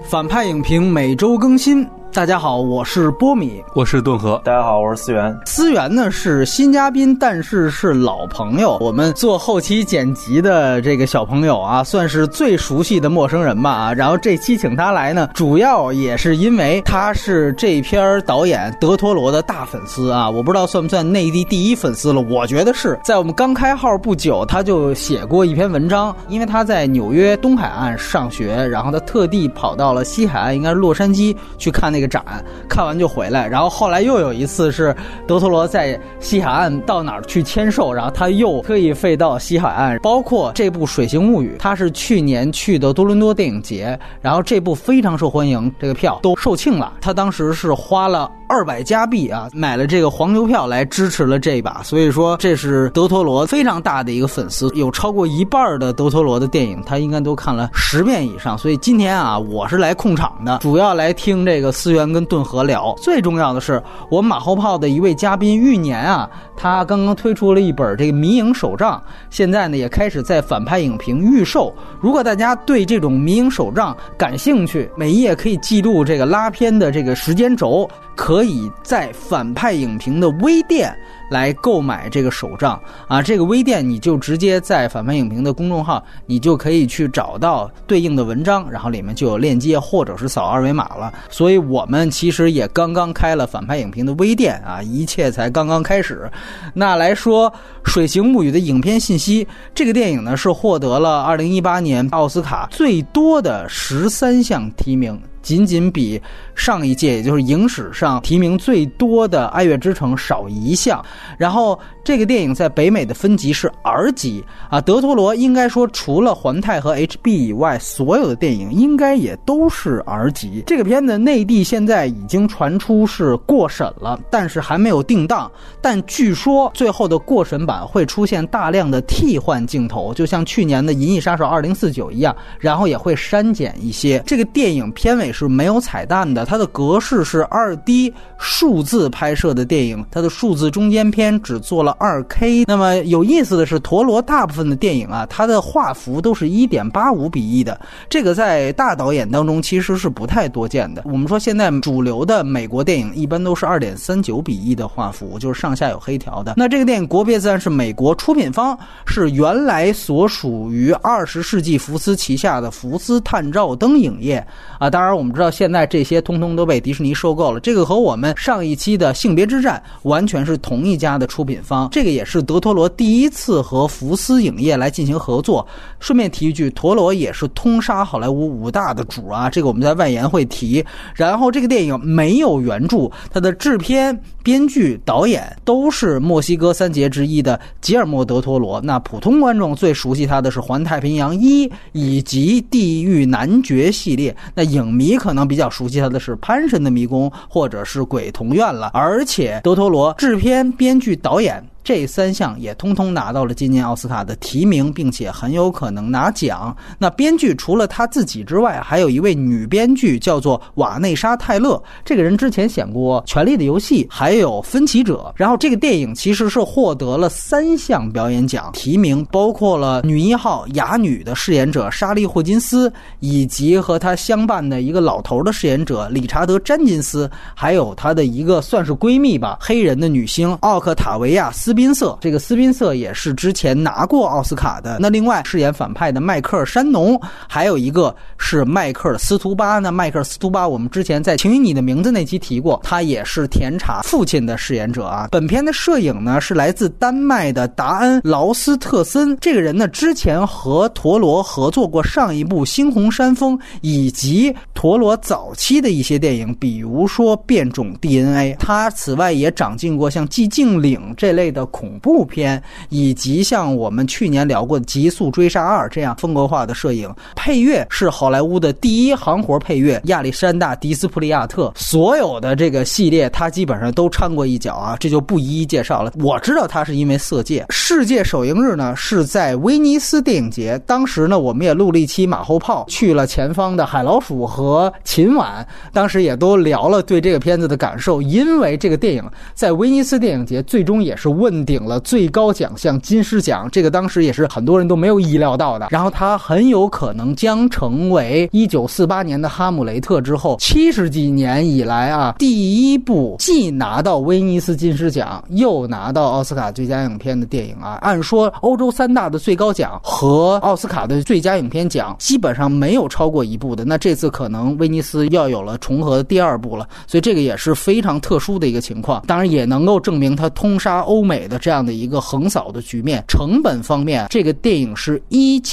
反派影评每周更新。大家好，我是波米， 我是顿河。 大家好，我是思源。 思源呢是新嘉宾，但是是老朋友，我们做后期剪辑的这个小朋友啊，算是最熟悉的陌生人吧啊。然后这期请他来呢，主要也是因为他是这篇导演德托罗的大粉丝啊，我不知道算不算内地第一粉丝了，我觉得是。在我们刚开号不久，他就写过一篇文章，因为他在纽约东海岸上学，然后他特地跑到了西海岸，应该是洛杉矶去看那个展，看完就回来。然后后来又有一次是德托罗在西海岸到哪儿去签售，然后他又特意飞到西海岸。包括这部《水形物语》，他是去年去的多伦多电影节，然后这部非常受欢迎，这个票都售罄了。他当时是花了200加币啊，买了这个黄牛票来支持了这一把。所以说这是德托罗非常大的一个粉丝，有超过一半的德托罗的电影他应该都看了10遍以上。所以今天啊，我是来控场的，主要来听这个思源跟顿河聊。最重要的是我们马后炮的一位嘉宾玉年啊，他刚刚推出了一本这个迷影手账，现在呢也开始在反派影评预售。如果大家对这种迷影手账感兴趣，每一页可以记录这个拉片的这个时间轴，可以在反派影评的微店来购买这个手账啊。这个微店你就直接在反派影评的公众号，你就可以去找到对应的文章，然后里面就有链接或者是扫二维码了。所以我们其实也刚刚开了反派影评的微店啊，一切才刚刚开始。那来说《水形物语》的影片信息，这个电影呢是获得了2018年奥斯卡最多的13项提名，仅仅比上一届也就是影史上提名最多的《爱乐之城》少1项。然后这个电影在北美的分级是 R 级啊，德托罗应该说除了环太和 HB 以外，所有的电影应该也都是 R 级。这个片子内地现在已经传出是过审了，但是还没有定档，但据说最后的过审版会出现大量的替换镜头，就像去年的《银翼杀手2049》一样，然后也会删减一些。这个电影片尾是没有彩蛋的，它的格式是 2D 数字拍摄的电影，它的数字中间片只做了 2K。 那么有意思的是，陀螺大部分的电影啊，它的画幅都是 1.85:1的，这个在大导演当中其实是不太多见的。我们说现在主流的美国电影一般都是 2.39:1的画幅，就是上下有黑条的。那这个电影国别自然是美国，出品方是原来所属于20世纪福斯旗下的福斯探照灯影业啊。当然我们知道现在这些通通都被迪士尼收购了，这个和我们上一期的性别之战完全是同一家的出品方。这个也是德托罗第一次和福斯影业来进行合作。顺便提一句，陀螺也是通杀好莱坞5大的主啊，这个我们在外延会提。然后这个电影没有原著，它的制片、编剧、导演都是墨西哥3杰之一的吉尔莫·德托罗。那普通观众最熟悉他的是《环太平洋1》以及《地狱男爵》系列，那影迷可能比较熟悉他的是《潘神的迷宫》或者是《鬼童院》了。而且德托罗制片、编剧、导演这3项也通通拿到了今年奥斯卡的提名，并且很有可能拿奖。那编剧除了他自己之外，还有一位女编剧叫做瓦内莎·泰勒，这个人之前写过《权力的游戏》还有《分歧者》。然后这个电影其实是获得了3项表演奖提名，包括了女1号哑女的饰演者莎莉·霍金斯，以及和她相伴的一个老头的饰演者理查德·詹金斯，还有她的一个算是闺蜜吧，黑人的女星奥克塔维亚·斯宾瑟。这个斯宾瑟也是之前拿过奥斯卡的。那另外饰演反派的迈克尔·山农，还有一个是迈克尔·斯图巴。那迈克尔·斯图巴我们之前在请以你的名字那期提过，他也是甜茶父亲的饰演者啊。本片的摄影呢是来自丹麦的达恩·劳斯特森，这个人呢之前和陀螺合作过上一部《猩红山峰》以及陀螺早期的一些电影，比如说《变种 DNA》。他此外也长进过像《寂静岭》这类的恐怖片，以及像我们去年聊过的《极速追杀2》这样风格化的摄影。配乐是好莱坞的第一行活配乐亚历山大·迪斯普利亚特，所有的这个系列他基本上都掺过一脚啊，这就不一一介绍了。我知道他是因为色戒。世界首映日呢是在威尼斯电影节，当时呢我们也录了一期马后炮，去了前方的海老鼠和秦晚，当时也都聊了对这个片子的感受。因为这个电影在威尼斯电影节最终也是问问鼎了最高奖项金狮奖，这个当时也是很多人都没有意料到的。然后他很有可能将成为1948年的哈姆雷特之后70几年以来啊第一部既拿到威尼斯金狮奖又拿到奥斯卡最佳影片的电影啊。按说欧洲3大的最高奖和奥斯卡的最佳影片奖基本上没有超过一部的，那这次可能威尼斯要有了重合的第2部了，所以这个也是非常特殊的一个情况。当然也能够证明它通杀欧美的这样的一个横扫的局面。成本方面，这个电影是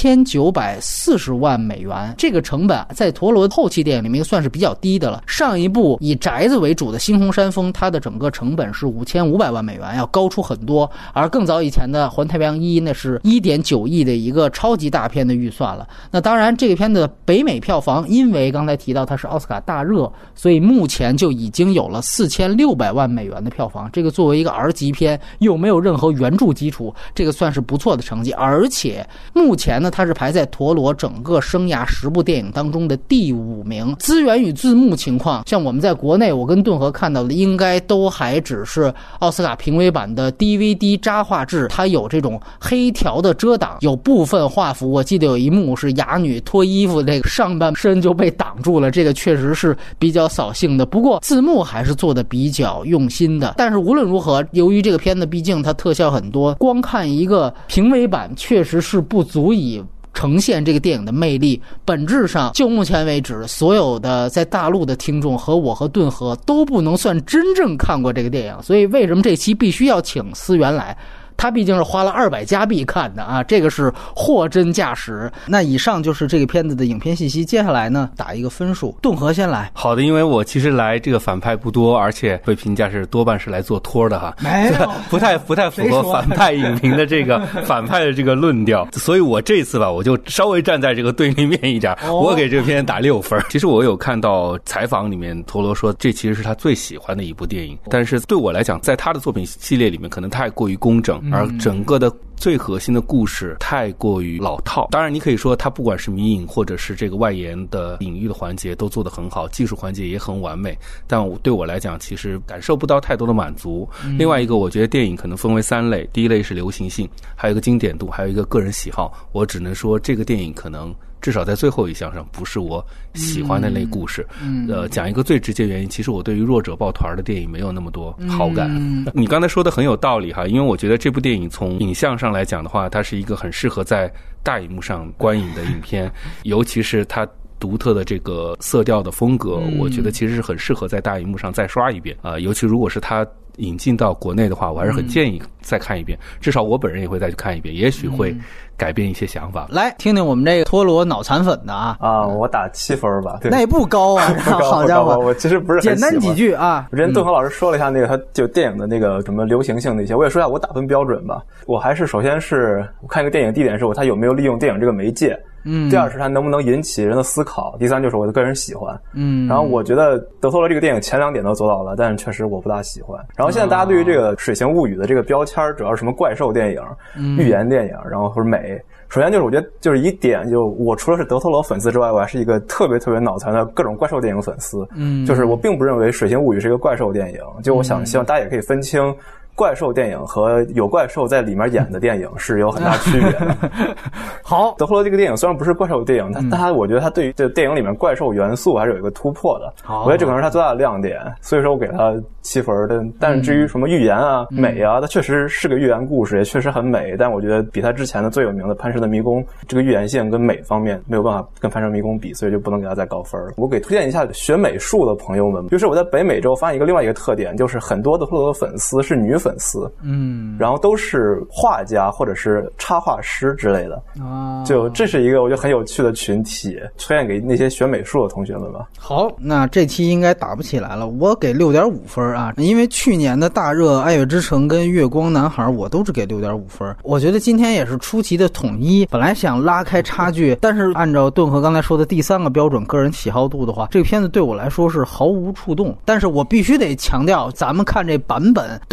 1940万美元，这个成本在陀螺后期电影里面算是比较低的了。上一部以宅子为主的《猩红山峰》，它的整个成本是5500万美元，要高出很多。而更早以前的《环太平洋1》那是1.9亿的一个超级大片的预算了。那当然这个片的北美票房，因为刚才提到它是奥斯卡大热，所以目前就已经有了4600万美元的票房。这个作为一个 R 级片又没有任何原著基础，这个算是不错的成绩。而且目前呢，它是排在陀螺整个生涯10部电影当中的第5名。资源与字幕情况，像我们在国内我跟顿河看到的应该都还只是奥斯卡评委版的 DVD 渣画质，它有这种黑条的遮挡，有部分画幅我记得有一幕是哑女脱衣服，这个上半身就被挡住了，这个确实是比较扫兴的。不过字幕还是做的比较用心的。但是无论如何，由于这个片子毕竟它特效很多，光看一个评委版确实是不足以呈现这个电影的魅力。本质上就目前为止，所有的在大陆的听众和我和顿河都不能算真正看过这个电影，所以为什么这期必须要请思源来，他毕竟是花了200加币看的啊，这个是货真价实。那以上就是这个片子的影片信息，接下来呢打一个分数，顿河先来。 好的，因为我其实来这个反派不多，而且被评价是多半是来做托的哈， 没有不太符合反派影评的这个反派的这个论调，所以我这次吧，我就稍微站在这个对立面一点，我给这个片打6分。其实我有看到采访里面陀螺说这其实是他最喜欢的一部电影，但是对我来讲，在他的作品系列里面可能太过于工整，而整个的最核心的故事太过于老套。当然你可以说它不管是迷影或者是这个外延的隐喻的环节都做得很好，技术环节也很完美，但对我来讲其实感受不到太多的满足。另外一个我觉得电影可能分为3类，第一类是流行性，还有一个经典度，还有一个个人喜好。我只能说这个电影可能至少在最后一项上不是我喜欢的类故事。讲一个最直接原因，其实我对于弱者抱团的电影没有那么多好感。你刚才说的很有道理哈，因为我觉得这部电影从影像上来讲的话，它是一个很适合在大荧幕上观影的影片，尤其是它独特的这个色调的风格，我觉得其实是很适合在大荧幕上再刷一遍尤其如果是它引进到国内的话，我还是很建议再看一遍，至少我本人也会再去看一遍，也许会改变一些想法。 来听听我们这个陀螺脑残粉的我打7分吧。对， 那也不高啊好家伙， 我其实不是很喜欢。 简单几句啊。 我之前顿河老师说了一下那个他就电影的那个什么流行性的一些，我也说一下我打分标准吧。我还是首先是我看一个电影，第一点是他有没有利用电影这个媒介，第二是他能不能引起人的思考，第三就是我的个人喜欢。然后我觉得德托罗这个电影前2点都做到了，但是确实我不大喜欢。然后现在大家对于这个水形物语的这个标签主要是什么怪兽电影、寓言电影，然后或者美。首先就是我觉得就是一点，就我除了是德托罗粉丝之外，我还是一个特别特别脑残的各种怪兽电影粉丝。就是我并不认为水形物语是一个怪兽电影，就我希望大家也可以分清怪兽电影和有怪兽在里面演的电影是有很大区别的。 好， 德托罗这个电影虽然不是怪兽电影，但我觉得他对于这电影里面怪兽元素还是有一个突破的。我觉得这可能是他最大的亮点，所以说我给他7分的。但是至于什么寓言啊、美啊，它确实是个寓言故事，也确实很美，但我觉得比他之前的最有名的《潘神的迷宫》这个寓言性跟美方面没有办法跟《潘神的迷宫》比，所以就不能给他再高分了。我给推荐一下学美术的朋友们，就是我在北美洲发现另外一个特点，就是很多德托罗的粉丝是女粉丝，然后都是画家或者是插画师之类的就这是一个我觉得很有趣的群体，推荐给那些学美术的同学们吧。 好，那这期应该打不起来了，我给6.5分因为去年的大热《爱乐之城》跟《月光男孩》我都是给6.5分。我觉得今天也是出奇的统一，本来想拉开差距，但是按照顿河刚才说的第3个标准，个人喜好度的话，这个片子对我来说是毫无触动。但是我必须得强调，咱们看这版本对于这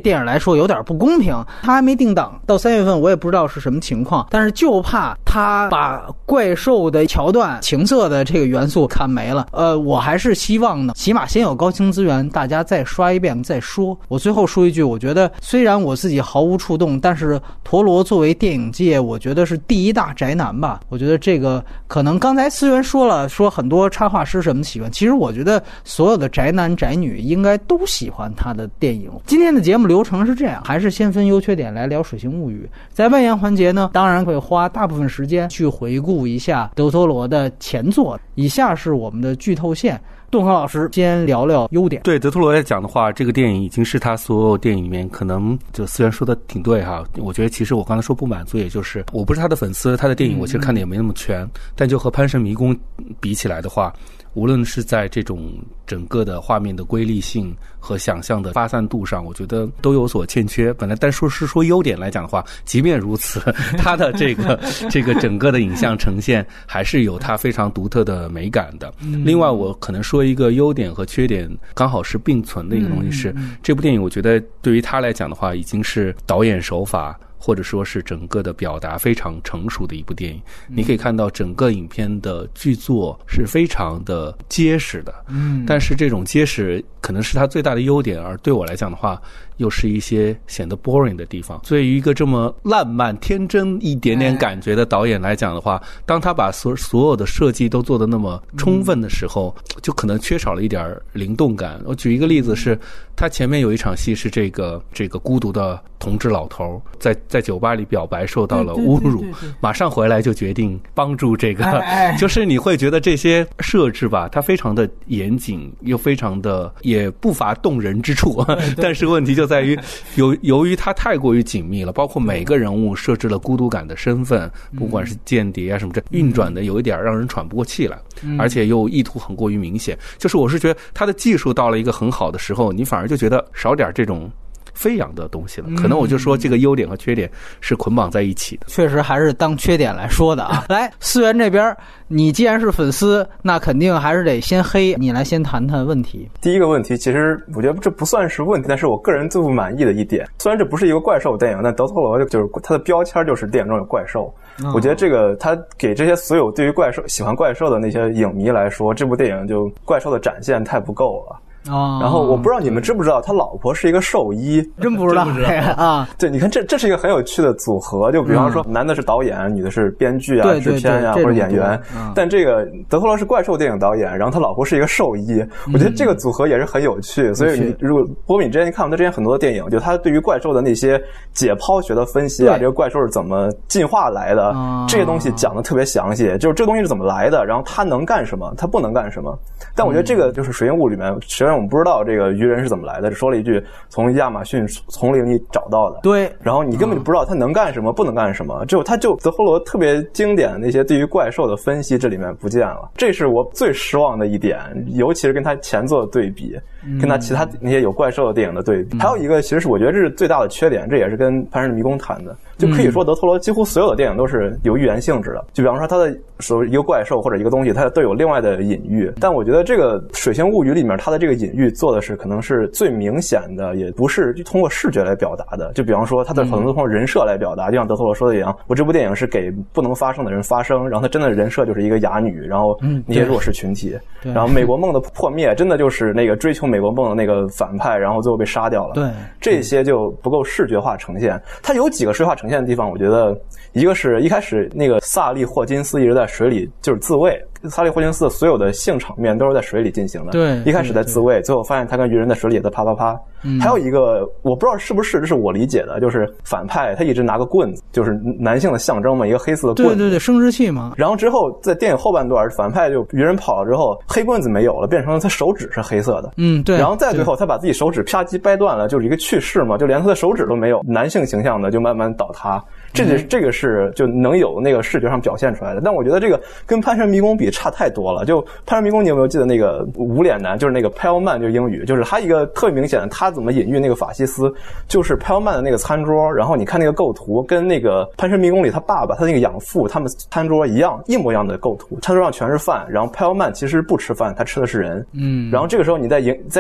电影来说有点不公平，它还没定档，到3月份我也不知道是什么情况，但是就怕它把怪兽的桥段、情色的这个元素看没了。我还是希望呢，起码先有高清资源，大家再刷一遍再说。我最后说一句，我觉得虽然我自己毫无触动，但是陀螺作为电影界，我觉得是第一大宅男吧。我觉得这个可能刚才思源说了，说很多插画师什么喜欢，其实我觉得所有的宅男宅女应该都喜欢他的电影。今天的节目流程是这样，还是先分优缺点来聊《水形物语》。在外延环节呢，当然会花大部分时间去回顾一下德托罗的前作。以下是我们的剧透线，顿河老师先聊聊优点。 对德托罗来讲的话，这个电影已经是他所有电影里面可能就思源说的挺对哈。我觉得其实我刚才说不满足，也就是我不是他的粉丝，他的电影我其实看的也没那么全，但就和潘神迷宫比起来的话，无论是在这种整个的画面的瑰丽性和想象的发散度上，我觉得都有所欠缺。本来但说优点来讲的话，即便如此，它的这个整个的影像呈现还是有它非常独特的美感的。另外我可能说一个优点和缺点刚好是并存的一个东西是，这部电影我觉得对于他来讲的话，已经是导演手法或者说是整个的表达非常成熟的一部电影。你可以看到整个影片的剧作是非常的结实的，但是这种结实可能是它最大的优点，而对我来讲的话又是一些显得 boring 的地方。所以一个这么烂漫天真一点点感觉的导演来讲的话，当他把所有的设计都做得那么充分的时候，就可能缺少了一点灵动感。我举一个例子是，他前面有一场戏是这个孤独的同志老头在酒吧里表白受到了侮辱，马上回来就决定帮助这个，就是你会觉得这些设置吧，它非常的严谨，又非常的也不乏动人之处，但是问题就在于由于它太过于紧密了，包括每个人物设置了孤独感的身份，不管是间谍啊什么，这运转的有一点让人喘不过气来，而且又意图很过于明显。就是我是觉得它的技术到了一个很好的时候，你反而就觉得少点这种飞扬的东西了。可能我就说这个优点和缺点是捆绑在一起的， 确实还是当缺点来说的啊。来，思源这边，你既然是粉丝，那肯定还是得先黑，你来先谈谈问题。 第一个问题，其实我觉得这不算是问题，但是我个人最不满意的一点，虽然这不是一个怪兽电影，但德托罗就是它的标签就是电影中有怪兽。我觉得这个他给这些所有对于怪兽喜欢怪兽的那些影迷来说，这部电影就怪兽的展现太不够了。然后我不知道你们知不知道，他老婆是一个兽医， 真不知道啊。 对，你看这是一个很有趣的组合，就比方说男的是导演，女的是编剧啊、制片啊或者演员。但这个德托罗是怪兽电影导演，然后他老婆是一个兽医，我觉得这个组合也是很有趣。所以你如果波米之前看过他之前很多的电影，就他对于怪兽的那些解剖学的分析啊，这个怪兽是怎么进化来的，这些东西讲的特别详细，就是这个东西是怎么来的，然后它能干什么，它不能干什么。但我觉得这个就是水形物里面，实际上我们不知道这个鱼人是怎么来的，只说了一句从亚马逊丛林里找到的。对，然后你根本就不知道它能干什么，不能干什么，他就德托罗特别经典的那些对于怪兽的分析，这里面不见了，这是我最失望的一点，尤其是跟他前作的对比，跟他其他那些有怪兽的电影的对比。还有一个，其实是我觉得这是最大的缺点，这也是跟潘神迷宫谈的，就可以说德托罗几乎所有的电影都是有寓言性质的，就比方说他的说一个怪兽或者一个东西，它都有另外的隐喻。但我觉得这个水形物语里面，它的这个隐喻做的是可能是最明显的，也不是通过视觉来表达的。就比方说，它的可能通过人设来表达，就像德托罗说的一样，我这部电影是给不能发声的人发声，然后他真的人设就是一个哑女，然后那些弱势群体，然后美国梦的破灭真的就是那个追求美国梦的那个反派，然后最后被杀掉了。对，这些就不够视觉化呈现。它有几个视觉化呈现的地方，我觉得一个是一开始那个萨利霍金斯一直在水里就是自卫。萨利霍金斯的所有的性场面都是在水里进行的，对，一开始在自卫，最后发现他跟鱼人在水里也在啪啪啪。还有一个我不知道是不是，这是我理解的，就是反派他一直拿个棍子，就是男性的象征嘛，一个黑色的棍子，对对对，生殖器嘛。然后之后在电影后半段，反派就鱼人跑了之后，黑棍子没有了，变成了他手指是黑色的，对。然后再最后他把自己手指啪叽掰断了，就是一个去世嘛，就连他的手指都没有，男性形象的就慢慢倒塌。这个是就能有那个视觉上表现出来的，但我觉得这个跟潘神迷宫比差太多了。就潘神迷宫，你有没有记得那个无脸男，就是那个 Pellman， 就是英语，就是他一个特别明显的，他怎么隐喻那个法西斯，就是 Pellman 的那个餐桌，然后你看那个构图跟那个潘神迷宫里他爸爸他那个养父他们餐桌一样，一模一样的构图，餐桌上全是饭，然后 Pellman 其实不吃饭，他吃的是人。然后这个时候你在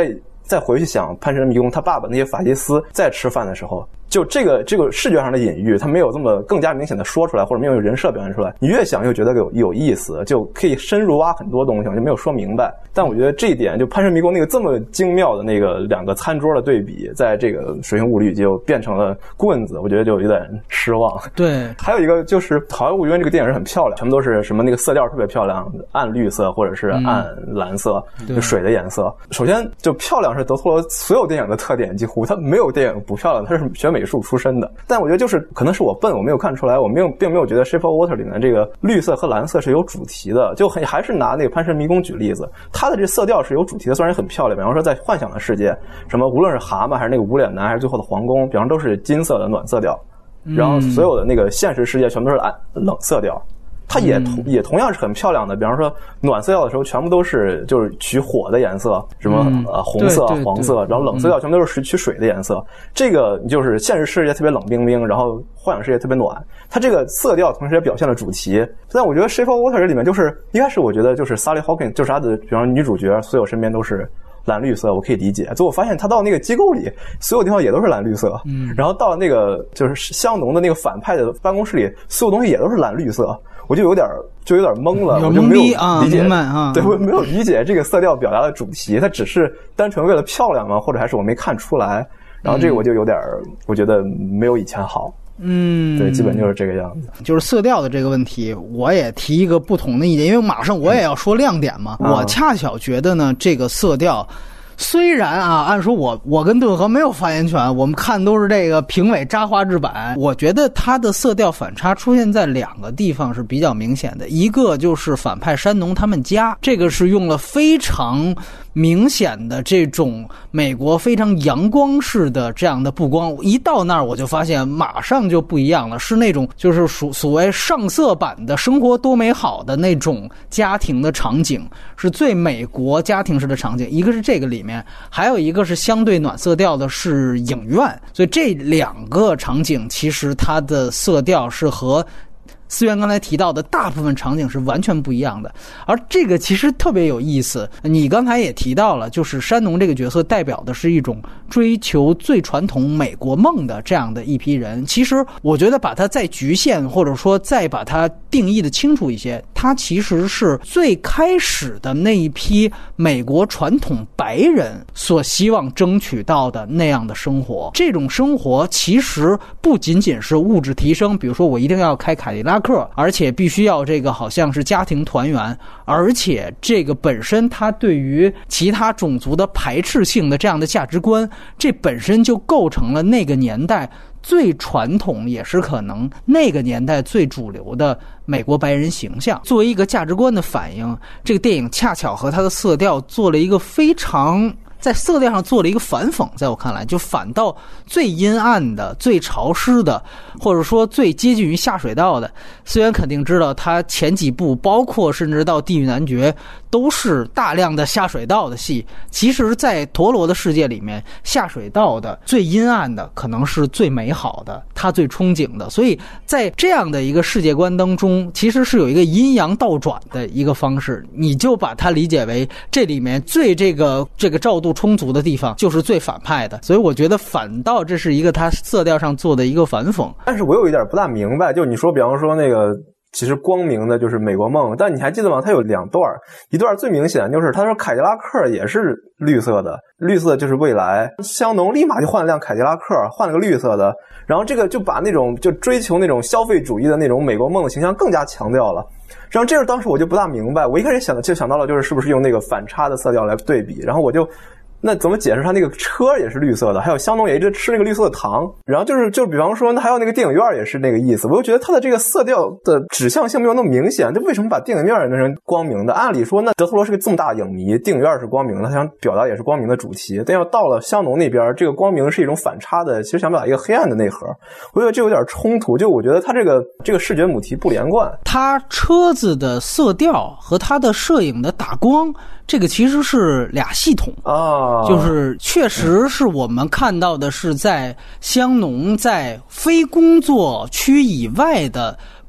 再回去想潘神迷宫他爸爸那些法西斯在吃饭的时候，就这个视觉上的隐喻，他没有这么更加明显的说出来，或者没有人设表现出来，你越想又觉得有意思，就可以深入挖很多东西，就没有说明白。但我觉得这一点，就潘神迷宫那个这么精妙的那个两个餐桌的对比，在这个水形物语就变成了棍子，我觉得就有点失望。 对，还有一个就是好莱坞因为这个电影是很漂亮，全部都是什么那个色调特别漂亮，暗绿色或者是暗蓝色，就水的颜色。首先就漂亮是德托罗所有电影的特点，几乎他没有电影不漂亮，他是学美术出身的。但我觉得就是可能是我笨，我没有看出来，并没有觉得 Shape of Water 里面这个绿色和蓝色是有主题的，就还是拿那个潘神迷宫举例子，它的这色调是有主题的，虽然很漂亮，比方说在幻想的世界，什么无论是蛤蟆还是那个无脸男还是最后的皇宫，比方都是金色的暖色调，然后所有的那个现实世界全都是冷色调。它也同样是很漂亮的，比方说暖色调的时候全部都是就是取火的颜色，什么红色黄色，然后冷色调全部都是取水的颜色。这个就是现实世界特别冷冰冰，然后幻想世界特别暖，它这个色调同时也表现了主题。但我觉得 Shape of Water 里面就是一开始我觉得就是 Sally Hawkins 就是她的比方女主角所有身边都是蓝绿色，我可以理解。最后我发现他到那个机构里所有地方也都是蓝绿色，然后到了那个就是香农的那个反派的办公室里所有东西也都是蓝绿色，我就有点懵了，我就没有理解对，我没有理解这个色调表达的主题，它只是单纯为了漂亮吗？或者还是我没看出来？然后这个我就有点我觉得没有以前好。对，基本就是这个样子。 就是色调的这个问题，我也提一个不同的意见，因为马上我也要说亮点嘛。我恰巧觉得呢，这个色调虽然按说我跟顿河没有发言权，我们看都是这个评委扎花制版，我觉得它的色调反差出现在两个地方是比较明显的。一个就是反派山农他们家，这个是用了非常明显的这种美国非常阳光式的这样的布光，一到那儿我就发现马上就不一样了，是那种就是所谓上色版的生活多美好的那种家庭的场景，是最美国家庭式的场景。一个是这个里面，还有一个是相对暖色调的是影院，所以这两个场景其实它的色调是和思源刚才提到的大部分场景是完全不一样的。而这个其实特别有意思，你刚才也提到了，就是山农这个角色代表的是一种追求最传统美国梦的这样的一批人。其实我觉得把它再局限，或者说再把它定义的清楚一些，它其实是最开始的那一批美国传统白人所希望争取到的那样的生活。这种生活其实不仅仅是物质提升，比如说我一定要开凯迪拉克，而且必须要这个好像是家庭团圆，而且这个本身它对于其他种族的排斥性的这样的价值观，这本身就构成了那个年代最传统，也是可能那个年代最主流的美国白人形象。作为一个价值观的反应，这个电影恰巧和它的色调做了一个非常在色调上做了一个反讽，在我看来就反倒最阴暗的最潮湿的，或者说最接近于下水道的。思源肯定知道他前几部包括甚至到地狱男爵都是大量的下水道的戏，其实在陀螺的世界里面，下水道的最阴暗的可能是最美好的，他最憧憬的。所以在这样的一个世界观当中，其实是有一个阴阳倒转的一个方式，你就把它理解为这里面最这个照度充足的地方就是最反派的。所以我觉得反倒这是一个他色调上做的一个反讽。 但是我有一点不大明白，就你说比方说那个其实光明的就是美国梦，但你还记得吗？它有两段，一段最明显就是他说凯迪拉克也是绿色的，绿色就是未来，香农立马就换了辆凯迪拉克，换了个绿色的，然后这个就把那种就追求那种消费主义的那种美国梦的形象更加强调了。然后这个当时我就不大明白，我一开始想到了就是是不是用那个反差的色调来对比，然后我就那怎么解释他那个车也是绿色的，还有香农也一直吃那个绿色的糖，然后就是比方说还有那个电影院也是那个意思，我就觉得他的这个色调的指向性没有那么明显，就为什么把电影院弄成光明的？按理说那德托罗是个这么大影迷，电影院是光明的，他想表达也是光明的主题，但要到了香农那边，这个光明是一种反差的，其实想表达一个黑暗的内核，我觉得这有点冲突，就我觉得他这个视觉母题不连贯。 他车子的色调和他的摄影的打光，这个其实是俩系统啊，就是确实是我们看到的是在香农在非工作区以外的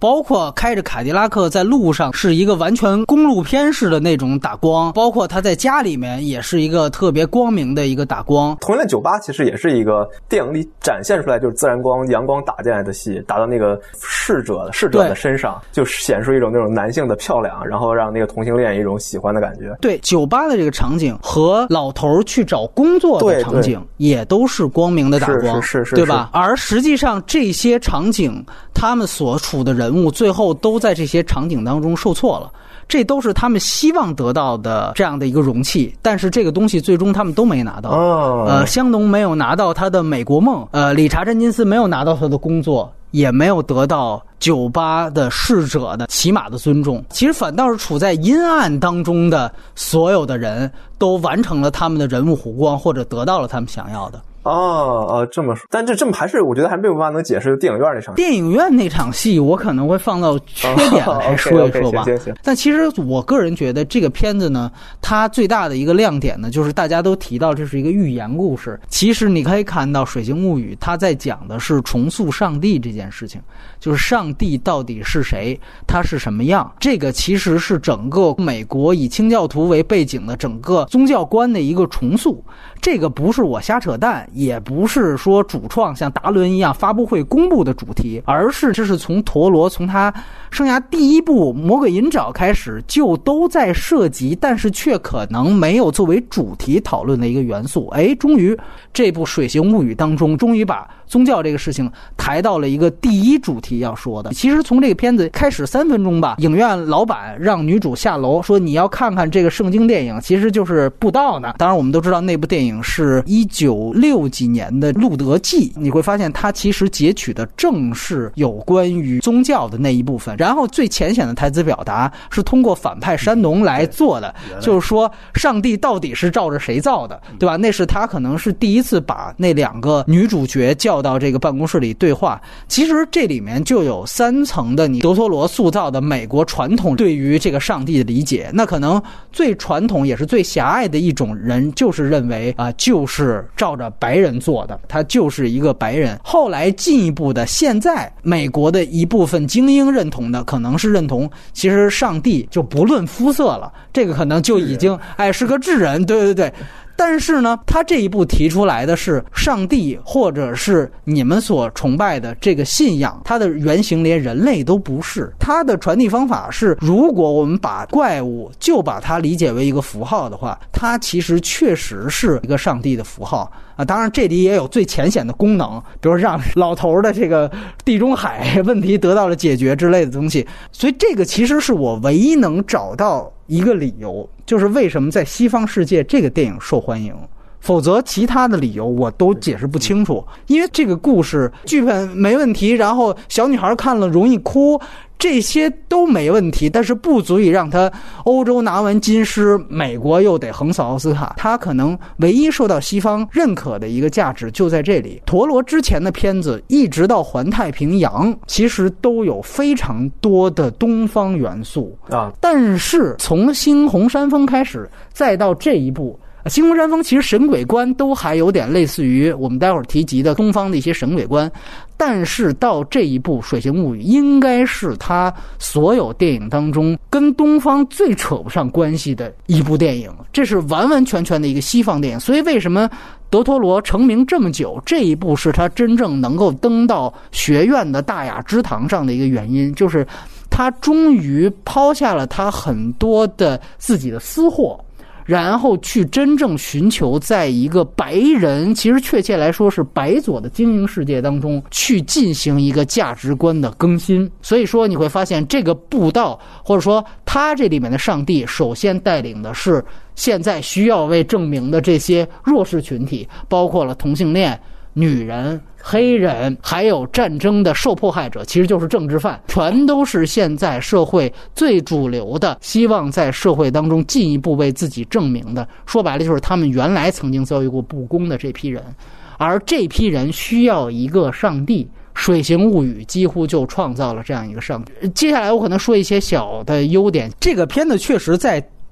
包括开着凯迪拉克在路上是一个完全公路片式的那种打光，包括他在家里面也是一个特别光明的一个打光。 同样的酒吧其实也是一个电影里展现出来就是自然光阳光打进来的戏，打到那个逝者的身上，就显出一种那种男性的漂亮，然后让那个同性恋一种喜欢的感觉。 对，酒吧的这个场景和老头去找工作的场景也都是光明的打光， 是， 对吧？而实际上这些场景他们所处的人物最后都在这些场景当中受挫了，这都是他们希望得到的这样的一个容器，但是这个东西最终他们都没拿到。香农没有拿到他的美国梦，理查·詹金斯没有拿到他的工作，也没有得到酒吧的逝者的起码的尊重。其实反倒是处在阴暗当中的所有的人都完成了他们的人物弧光，或者得到了他们想要的。 这么说，但这么还是我觉得还没有办法能解释电影院那场戏。 电影院那场戏我可能会放到缺点来说一说吧。 行。 但其实我个人觉得这个片子呢，它最大的一个亮点呢，就是大家都提到这是一个寓言故事。其实你可以看到《水形物语》它在讲的是重塑上帝这件事情，就是上帝到底是谁，他是什么样。这个其实是整个美国以清教徒为背景的整个宗教观的一个重塑。这个不是我瞎扯淡，也不是说主创像达伦一样发布会公布的主题，而是这是从陀螺从他生涯第一部《魔鬼隐找》开始就都在涉及，但是却可能没有作为主题讨论的一个元素。终于这部《水形物语》当中终于把宗教这个事情抬到了一个第一主题要说的。其实从这个片子开始3分钟吧，影院老板让女主下楼说你要看看这个圣经电影，其实就是布道呢。当然我们都知道那部电影是1960几年的《路德记》，你会发现它其实截取的正是有关于宗教的那一部分，然后最浅显的台词表达是通过反派山农来做的，就是说上帝到底是照着谁造的，对吧？那是他可能是第一次把那2个女主角叫到这个办公室里对话。其实这里面就有3层的你德托罗塑造的美国传统对于这个上帝的理解。那可能最传统也是最狭隘的一种人就是认为就是照着白人做的，他就是一个白人。后来进一步的，现在美国的一部分精英认同的可能是认同其实上帝就不论肤色了，这个可能就已经是个智人，对。但是呢，他这一步提出来的是上帝或者是你们所崇拜的这个信仰，它的原型连人类都不是。它的传递方法是，如果我们把怪物就把它理解为一个符号的话，它其实确实是一个上帝的符号啊。当然这里也有最浅显的功能，比如让老头的这个地中海问题得到了解决之类的东西。所以这个其实是我唯一能找到一个理由，就是为什么在西方世界这个电影受欢迎，否则其他的理由我都解释不清楚。因为这个故事剧本没问题，然后小女孩看了容易哭，这些都没问题，但是不足以让他欧洲拿完金狮，美国又得横扫奥斯卡。他可能唯一受到西方认可的一个价值就在这里。陀螺之前的片子一直到环太平洋其实都有非常多的东方元素但是从新红山峰开始再到这一部新红山峰，其实神鬼观都还有点类似于我们待会儿提及的东方的一些神鬼观，但是到这一部《水形物语》应该是他所有电影当中跟东方最扯不上关系的一部电影，这是完完全全的一个西方电影。所以为什么德托罗成名这么久，这一部是他真正能够登到学院的大雅之堂上的一个原因，就是他终于抛下了他很多的自己的私货，然后去真正寻求在一个白人，其实确切来说是白左的精英世界当中去进行一个价值观的更新。所以说你会发现这个布道，或者说他这里面的上帝，首先带领的是现在需要为证明的这些弱势群体，包括了同性恋、女人、黑人，还有战争的受迫害者，其实就是政治犯，全都是现在社会最主流的，希望在社会当中进一步为自己证明的。说白了就是他们原来曾经遭遇过不公的这批人，而这批人需要一个上帝。水形物语几乎就创造了这样一个上帝。接下来我可能说一些小的优点。这个片子确实在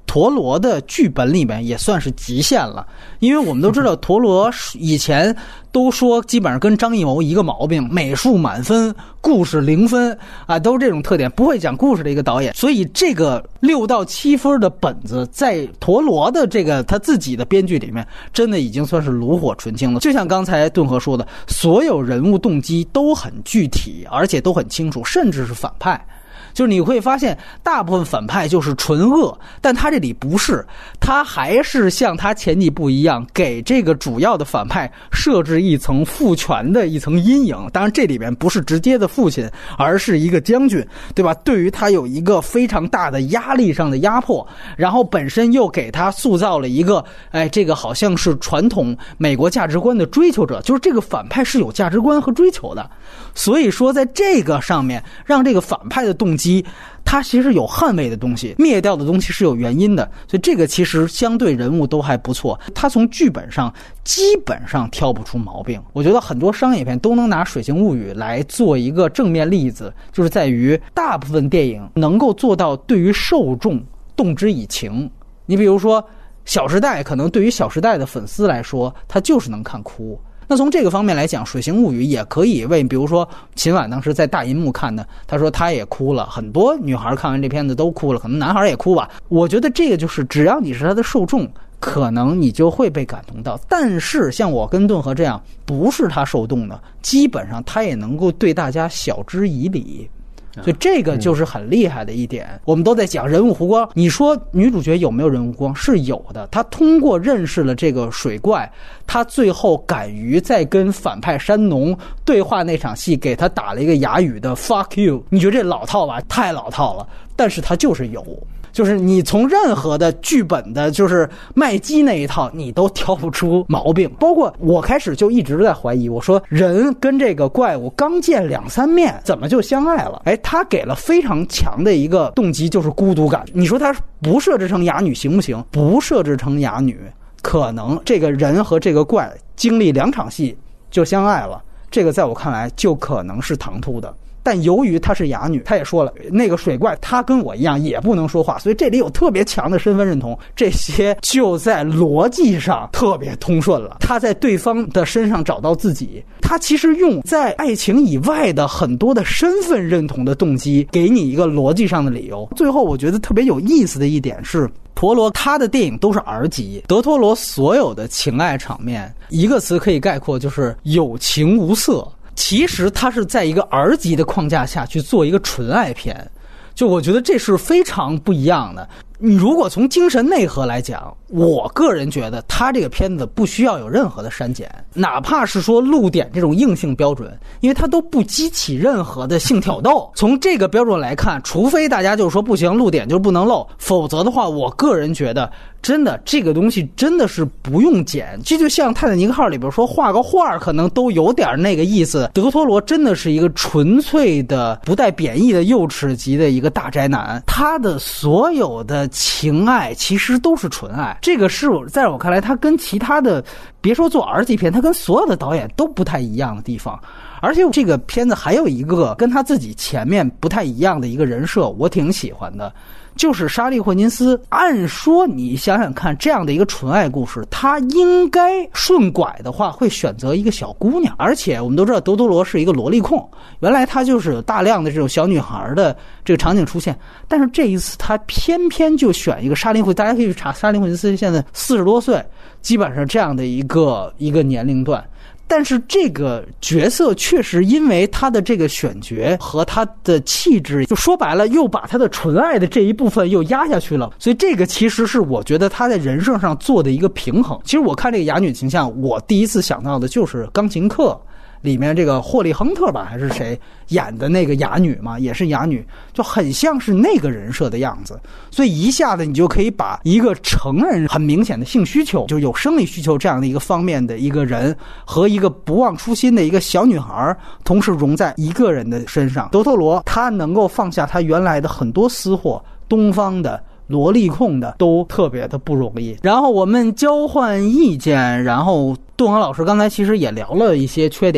陀螺的剧本里面也算是极限了，因为我们都知道陀螺以前都说基本上跟张艺谋一个毛病，美术满分，故事0分啊，都是这种特点，不会讲故事的一个导演。所以这个6到7分的本子在陀螺的这个他自己的编剧里面真的已经算是炉火纯青了。就像刚才顿河说的，所有人物动机都很具体，而且都很清楚，甚至是反派。就是你会发现大部分反派就是纯恶，但他这里不是，他还是像他前几部一样，给这个主要的反派设置一层父权的一层阴影。当然这里面不是直接的父亲，而是一个将军，对吧？对于他有一个非常大的压力上的压迫，然后本身又给他塑造了一个这个好像是传统美国价值观的追求者，就是这个反派是有价值观和追求的。所以说在这个上面让这个反派的动机他其实有捍卫的东西，灭掉的东西是有原因的，所以这个其实相对人物都还不错，他从剧本上基本上挑不出毛病。我觉得很多商业片都能拿《水形物语》来做一个正面例子，就是在于大部分电影能够做到对于受众动之以情。你比如说《小时代》，可能对于《小时代》的粉丝来说他就是能看哭。那从这个方面来讲，《水形物语》也可以为，比如说秦晚当时在大银幕看的，他说他也哭了，很多女孩看完这片子都哭了，可能男孩也哭吧。我觉得这个就是只要你是他的受众，可能你就会被感动到。但是像我跟顿河这样不是他受众的，基本上他也能够对大家晓之以理。所以这个就是很厉害的一点。我们都在讲人物弧光，你说女主角有没有人物弧光？是有的。她通过认识了这个水怪，她最后敢于在跟反派山农对话那场戏，给他打了一个哑语的 fuck you。 你觉得这老套吧？太老套了，但是他就是有。就是你从任何的剧本的就是麦基那一套你都挑不出毛病。包括我开始就一直在怀疑，我说人跟这个怪物刚见2-3面怎么就相爱了？他给了非常强的一个动机，就是孤独感。你说他不设置成哑女行不行？不设置成哑女，可能这个人和这个怪经历2场戏就相爱了，这个在我看来就可能是唐突的。但由于她是哑女，她也说了，那个水怪她跟我一样也不能说话，所以这里有特别强的身份认同，这些就在逻辑上特别通顺了。她在对方的身上找到自己，她其实用在爱情以外的很多的身份认同的动机，给你一个逻辑上的理由。最后我觉得特别有意思的一点是，陀螺他的电影都是儿级，德托罗所有的情爱场面一个词可以概括，就是有情无色。其实他是在一个儿级的框架下去做一个纯爱片，就我觉得这是非常不一样的。你如果从精神内核来讲，我个人觉得他这个片子不需要有任何的删减，哪怕是说露点这种硬性标准，因为它都不激起任何的性挑逗。从这个标准来看，除非大家就是说不行，露点就是不能露，否则的话，我个人觉得真的这个东西真的是不用剪。这就像泰坦尼克号里边说画个画可能都有点那个意思，德托罗真的是一个纯粹的不带贬义的幼稚级的一个大宅男，他的所有的情爱其实都是纯爱。这个是在我看来他跟其他的别说做儿级片，他跟所有的导演都不太一样的地方。而且这个片子还有一个跟他自己前面不太一样的一个人设，我挺喜欢的，就是莎莉·霍金斯。按说你想想看，这样的一个纯爱故事，他应该顺拐的话会选择一个小姑娘，而且我们都知道德托罗是一个萝莉控，原来他就是有大量的这种小女孩的这个场景出现，但是这一次他偏偏就选一个莎莉·霍，大家可以去查莎莉·霍金斯现在40多岁，基本上这样的一个年龄段。但是这个角色确实因为他的这个选角和他的气质，就说白了又把他的纯爱的这一部分又压下去了，所以这个其实是我觉得他在人设上做的一个平衡。其实我看这个哑女形象，我第一次想到的就是钢琴课里面这个霍利亨特吧还是谁演的那个哑女嘛，也是哑女，就很像是那个人设的样子。所以一下子你就可以把一个成人很明显的性需求，就有生理需求这样的一个方面的一个人和一个不忘初心的一个小女孩同时融在一个人的身上。德托罗他能够放下他原来的很多私货，东方的萝莉控的都特别的不容易。然后我们交换意见，然后杜航老师刚才其实也聊了一些缺点，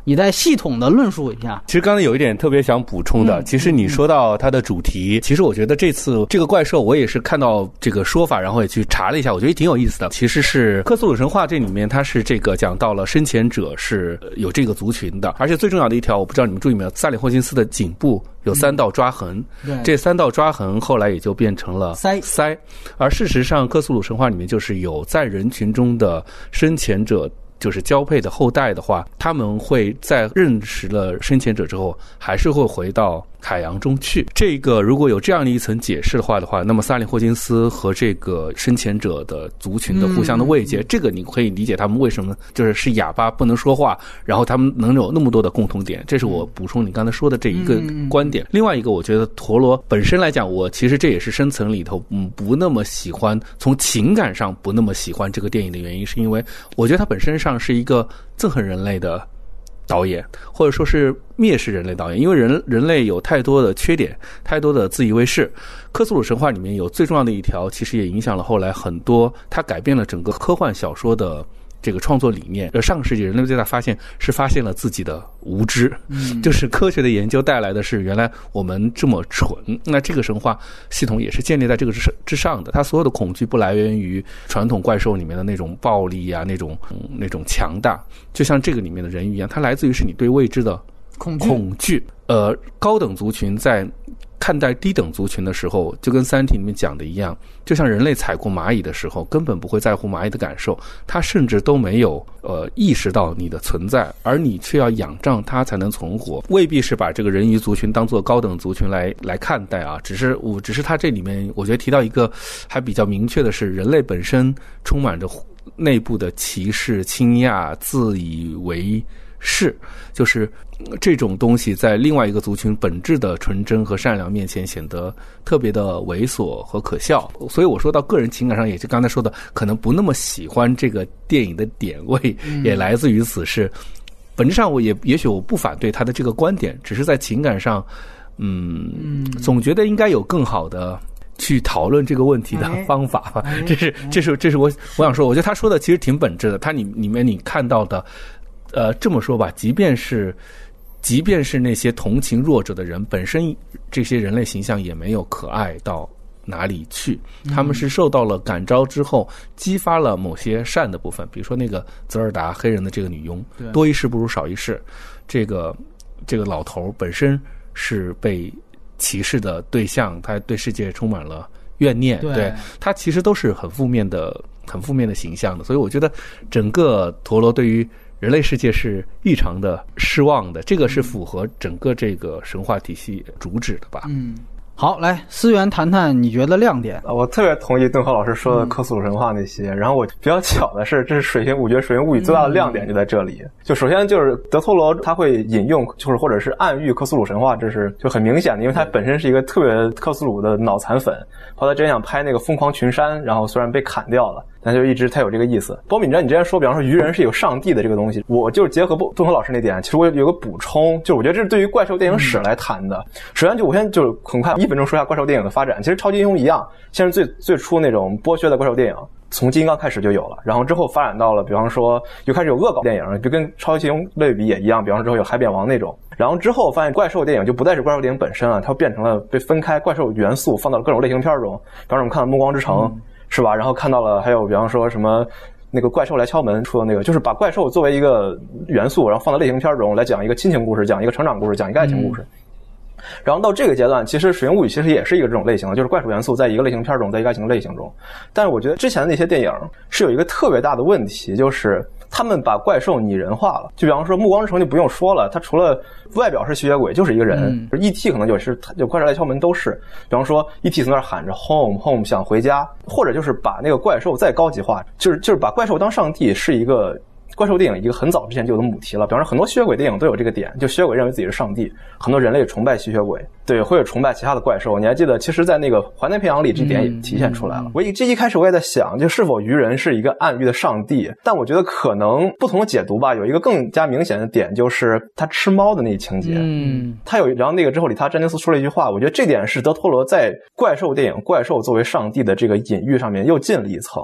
你再系统的论述一下。 其实刚才有一点特别想补充的，其实你说到它的主题，其实我觉得这次这个怪兽我也是看到这个说法，然后也去查了一下，我觉得挺有意思的。其实是克苏鲁神话这里面它是这个讲到了生前者是有这个族群的，而且最重要的一条，我不知道你们注意没有，萨里霍金斯的颈部有3道抓痕，这3道抓痕后来也就变成了鳃，而事实上克苏鲁神话里面就是有在人群中的生前者，就是交配的后代的话，他们会在认识了生前者之后还是会回到海洋中去。这个如果有这样的一层解释的话，那么萨利霍金斯和这个生前者的族群的互相的慰藉，这个你可以理解他们为什么是哑巴不能说话，然后他们能有那么多的共同点，这是我补充你刚才说的这一个观点。另外一个我觉得陀螺本身来讲，我其实这也是深层里头不那么喜欢，从情感上不那么喜欢这个电影的原因，是因为我觉得它本身上是一个憎恨人类的导演，或者说是蔑视人类导演，因为人类有太多的缺点，太多的自以为是。克苏鲁神话里面有最重要的一条，其实也影响了后来很多，它改变了整个科幻小说的这个创作理念。上个世纪人类最大发现是发现了自己的无知，就是科学的研究带来的是原来我们这么蠢。那这个神话系统也是建立在这个之上的，它所有的恐惧不来源于传统怪兽里面的那种暴力啊，那种强大，就像这个里面的人一样，它来自于是你对未知的恐惧。高等族群在看待低等族群的时候，就跟三体里面讲的一样，就像人类踩过蚂蚁的时候根本不会在乎蚂蚁的感受，他甚至都没有意识到你的存在，而你却要仰仗它才能存活。未必是把这个人鱼族群当作高等族群来看待啊，只是它这里面我觉得提到一个还比较明确的是，人类本身充满着内部的歧视、倾轧、自以为是，就是这种东西在另外一个族群本质的纯真和善良面前显得特别的猥琐和可笑。所以我说到个人情感上，也是刚才说的，可能不那么喜欢这个电影的点位，也来自于此，是本质上我也许我不反对他的这个观点，只是在情感上总觉得应该有更好的去讨论这个问题的方法吧。这是我想说，我觉得他说的其实挺本质的。他里面你看到的这么说吧，即便是那些同情弱者的人，本身这些人类形象也没有可爱到哪里去，他们是受到了感召之后激发了某些善的部分，比如说那个泽尔达黑人的这个女佣，多一事不如少一事，这个老头本身是被歧视的对象，他对世界充满了怨念，对他其实都是很负面的形象的。所以我觉得整个陀螺对于人类世界是异常的失望的，这个是符合整个这个神话体系主旨的吧。 好，来思源谈谈你觉得亮点。 我特别同意邓和老师说的克苏鲁神话那些，然后我比较巧的是，这是我觉得水形物语最大的亮点就在这里。就首先就是德托罗他会引用，就是或者是暗喻克苏鲁神话，这是就很明显的，因为他本身是一个特别克苏鲁的脑残粉，后来真想拍那个疯狂群山，然后虽然被砍掉了，但就一直他有这个意思。包括你之前说，比方说鱼人是有上帝的这个东西，我就是结合邓和老师那点，其实我有个补充，就是我觉得这是对于怪兽电影史来谈的。首先我先就很快1分钟说一下怪兽电影的发展。其实超级英雄一样，先是最初那种剥削的怪兽电影，从金刚开始就有了，然后之后发展到了比方说又开始有恶搞电影，就跟超级英雄类比也一样，比方说之后有海扁王那种，然后之后发现怪兽电影就不再是怪兽电影本身了，它变成了被分开怪兽元素放到了各种类型片中，比方说我们看到暮光之城是吧，然后看到了还有比方说什么那个怪兽来敲门出的那个，就是把怪兽作为一个元素，然后放到类型片中来讲一个亲情故事，讲一个成长故事，讲一个爱情故事。然后到这个阶段，其实水形物语其实也是一个这种类型的，就是怪兽元素在一个类型片中，在一个爱情类型中。但是我觉得之前的那些电影是有一个特别大的问题，就是他们把怪兽拟人化了。就比方说暮光之城就不用说了，它除了外表是吸血鬼就是一个人，E.T. 可能就是就怪兽来敲门都是，比方说 E.T. 从那儿喊着 home home 想回家，或者就是把那个怪兽再高级化，就是把怪兽当上帝，是一个怪兽电影一个很早之前就有的母题了。比方说很多吸血鬼电影都有这个点，就吸血鬼认为自己是上帝，很多人类崇拜吸血鬼，对，会有崇拜其他的怪兽。你还记得其实在那个环太平洋里这点也体现出来了。这一开始我也在想，就是否鱼人是一个暗喻的上帝，但我觉得可能不同的解读吧。有一个更加明显的点，就是他吃猫的那一情节，他有，然后那个之后理查詹金斯说了一句话，我觉得这点是德托罗在怪兽电影怪兽作为上帝的这个隐喻上面又进了一层。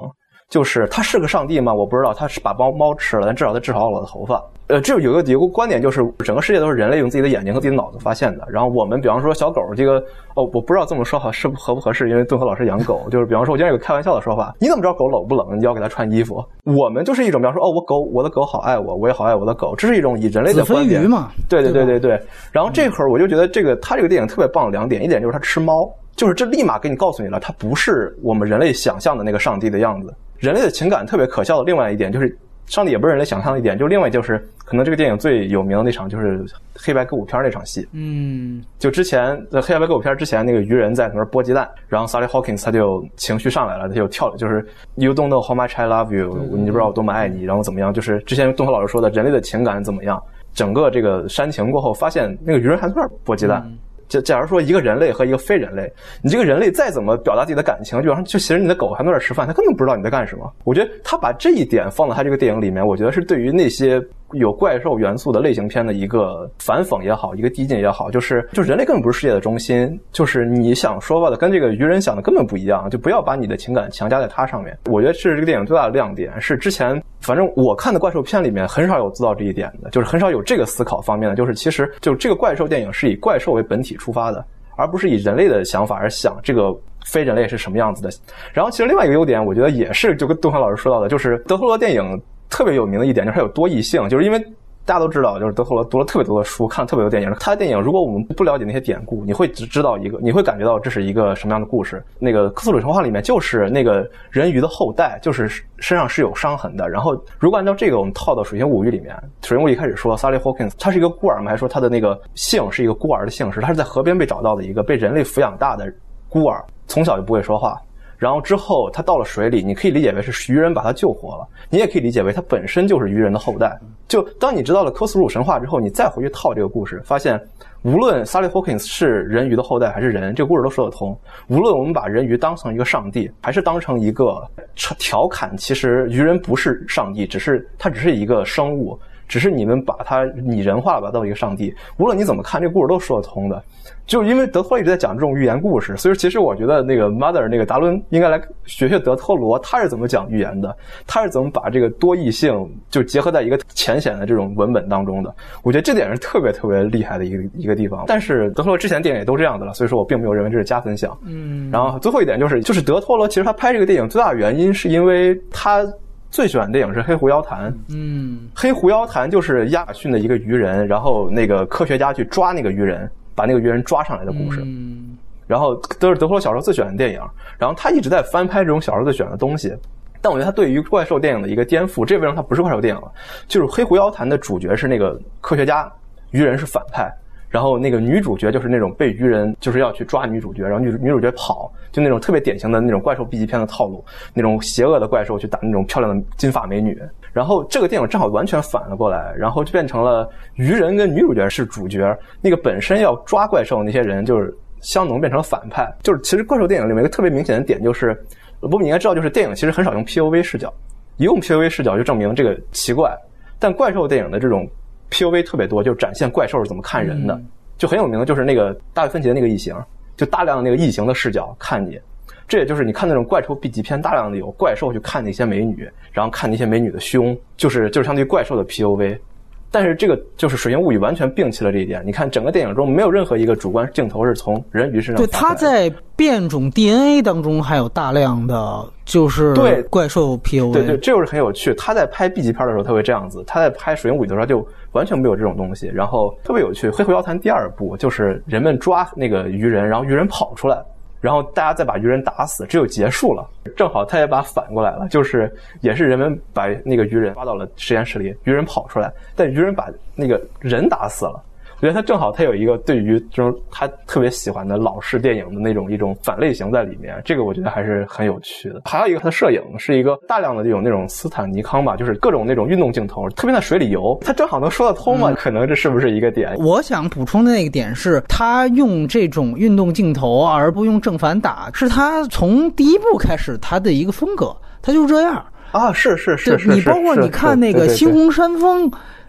就是他是个上帝吗？我不知道，他是把猫吃了，但至少他治好了我的头发。这有个观点，就是整个世界都是人类用自己的眼睛和自己的脑子发现的。然后我们比方说小狗这个，我不知道这么说合不合适，因为顿河老师养狗，就是比方说我经常有个开玩笑的说法，你怎么知道狗冷不冷？你要给它穿衣服。我们就是一种比方说我的狗好爱我，我也好爱我的狗，这是一种以人类的观点嘛。 对。然后这会儿我就觉得他这个电影特别棒的2点，一点就是他吃猫，就是这立马给你告诉你了，他不是我们人类想象的那个上帝的样子。人类的情感特别可笑的另外一点就是上帝也不是人类想象的一点，就另外就是可能这个电影最有名的那场就是黑白歌舞片那场戏。就之前在黑白歌舞片之前，那个鱼人在那儿剥鸡蛋，然后 Sally Hawkins 他就情绪上来了，他就跳，就是 You don't know how much I love you， 你不知道我多么爱你，然后怎么样，就是之前顿河老师说的人类的情感怎么样。整个这个煽情过后，发现那个鱼人还在那儿剥鸡蛋。假如说一个人类和一个非人类，你这个人类再怎么表达自己的感情，就其实你的狗还在那儿吃饭，它根本不知道你在干什么。我觉得他把这一点放到他这个电影里面，我觉得是对于那些有怪兽元素的类型片的一个反讽也好，一个递进也好，就是人类根本不是世界的中心，就是你想说的跟这个鱼人想的根本不一样，就不要把你的情感强加在他上面。我觉得这是这个电影最大的亮点，是之前反正我看的怪兽片里面很少有做到这一点的，就是很少有这个思考方面的，就是其实就这个怪兽电影是以怪兽为本体出发的，而不是以人类的想法而想这个非人类是什么样子的。然后其实另外一个优点我觉得也是就跟东汉老师说到的，就是德托罗电影特别有名的一点就是它有多义性，就是因为大家都知道，就是德托罗读了特别多的书，看了特别多电影。他的电影如果我们不了解那些典故，你会只知道你会感觉到这是一个什么样的故事。那个克苏鲁神话里面就是那个人鱼的后代，就是身上是有伤痕的。然后如果按照这个我们套到水形物语里面，水形物语一开始说 Sally Hawkins 他是一个孤儿，我们还说他的那个姓是一个孤儿的姓氏，他是在河边被找到的一个被人类抚养大的孤儿，从小就不会说话。然后之后他到了水里，你可以理解为是鱼人把他救活了，你也可以理解为他本身就是鱼人的后代。就当你知道了科斯鲁神话之后，你再回去套这个故事，发现无论 Sally Hawkins 是人鱼的后代还是人，这个故事都说得通。无论我们把人鱼当成一个上帝，还是当成一个调侃，其实鱼人不是上帝，他只是一个生物，只是你们把它拟人化了，把它当一个上帝。无论你怎么看，这个故事都说得通的。就因为德托罗一直在讲这种寓言故事，所以其实我觉得那个 Mother 那个达伦应该来学学德托罗，他是怎么讲寓言的，他是怎么把这个多义性就结合在一个浅显的这种文本当中的。我觉得这点是特别特别厉害的一个地方。但是德托罗之前电影也都这样的了，所以说我并没有认为这是加分项。然后最后一点就是德托罗其实他拍这个电影最大的原因是因为他最喜欢的电影是黑狐妖谈。黑狐妖谈就是亚马逊的一个鱼人，然后那个科学家去抓那个鱼人，把那个鱼人抓上来的故事。然后都是德托罗小时候最喜欢的电影，然后他一直在翻拍这种小时候最喜欢的东西。但我觉得他对于怪兽电影的一个颠覆，这为什么他不是怪兽电影了？就是黑狐妖谈的主角是那个科学家，鱼人是反派，然后那个女主角就是那种被鱼人就是要去抓女主角，然后女主角跑，就那种特别典型的那种怪兽 B 级片的套路，那种邪恶的怪兽去打那种漂亮的金发美女。然后这个电影正好完全反了过来，然后就变成了鱼人跟女主角是主角，那个本身要抓怪兽那些人就是相农变成了反派。就是其实怪兽电影里面一个特别明显的点就是波比你应该知道，就是电影其实很少用 POV 视角，一用 POV 视角就证明这个奇怪，但怪兽电影的这种 POV 特别多，就展现怪兽是怎么看人的。就很有名的就是那个大卫芬奇的那个异形，就大量的那个异形的视角看你。这也就是你看那种怪兽 B 级片，大量的有怪兽去看那些美女，然后看那些美女的胸，就是相对于怪兽的 POV。但是这个就是水形物语完全摒弃了这一点，你看整个电影中没有任何一个主观镜头是从人鱼身上。 对，它在变种 DNA 当中还有大量的就是对怪兽 POV。 对，这就是很有趣。他在拍 B 级片的时候他会这样子，他在拍水形物语的时候就完全没有这种东西。然后特别有趣，黑狐妖谈第二部就是人们抓那个鱼人，然后鱼人跑出来，然后大家再把鱼人打死，这就结束了。正好他也把反过来了，就是也是人们把那个鱼人抓到了实验室里，鱼人跑出来，但鱼人把那个人打死了。我觉得他正好他有一个对于这种他特别喜欢的老式电影的那种一种反类型在里面，这个我觉得还是很有趣的。还有一个他的摄影是一个大量的有那种斯坦尼康吧，就是各种那种运动镜头，特别在水里游，他正好能说得通嘛，可能这是不是一个点？ 我想补充的那个点是他用这种运动镜头而不用正反打，是他从第一部开始他的一个风格，他就是这样啊。是你包括你看那个猩红山峰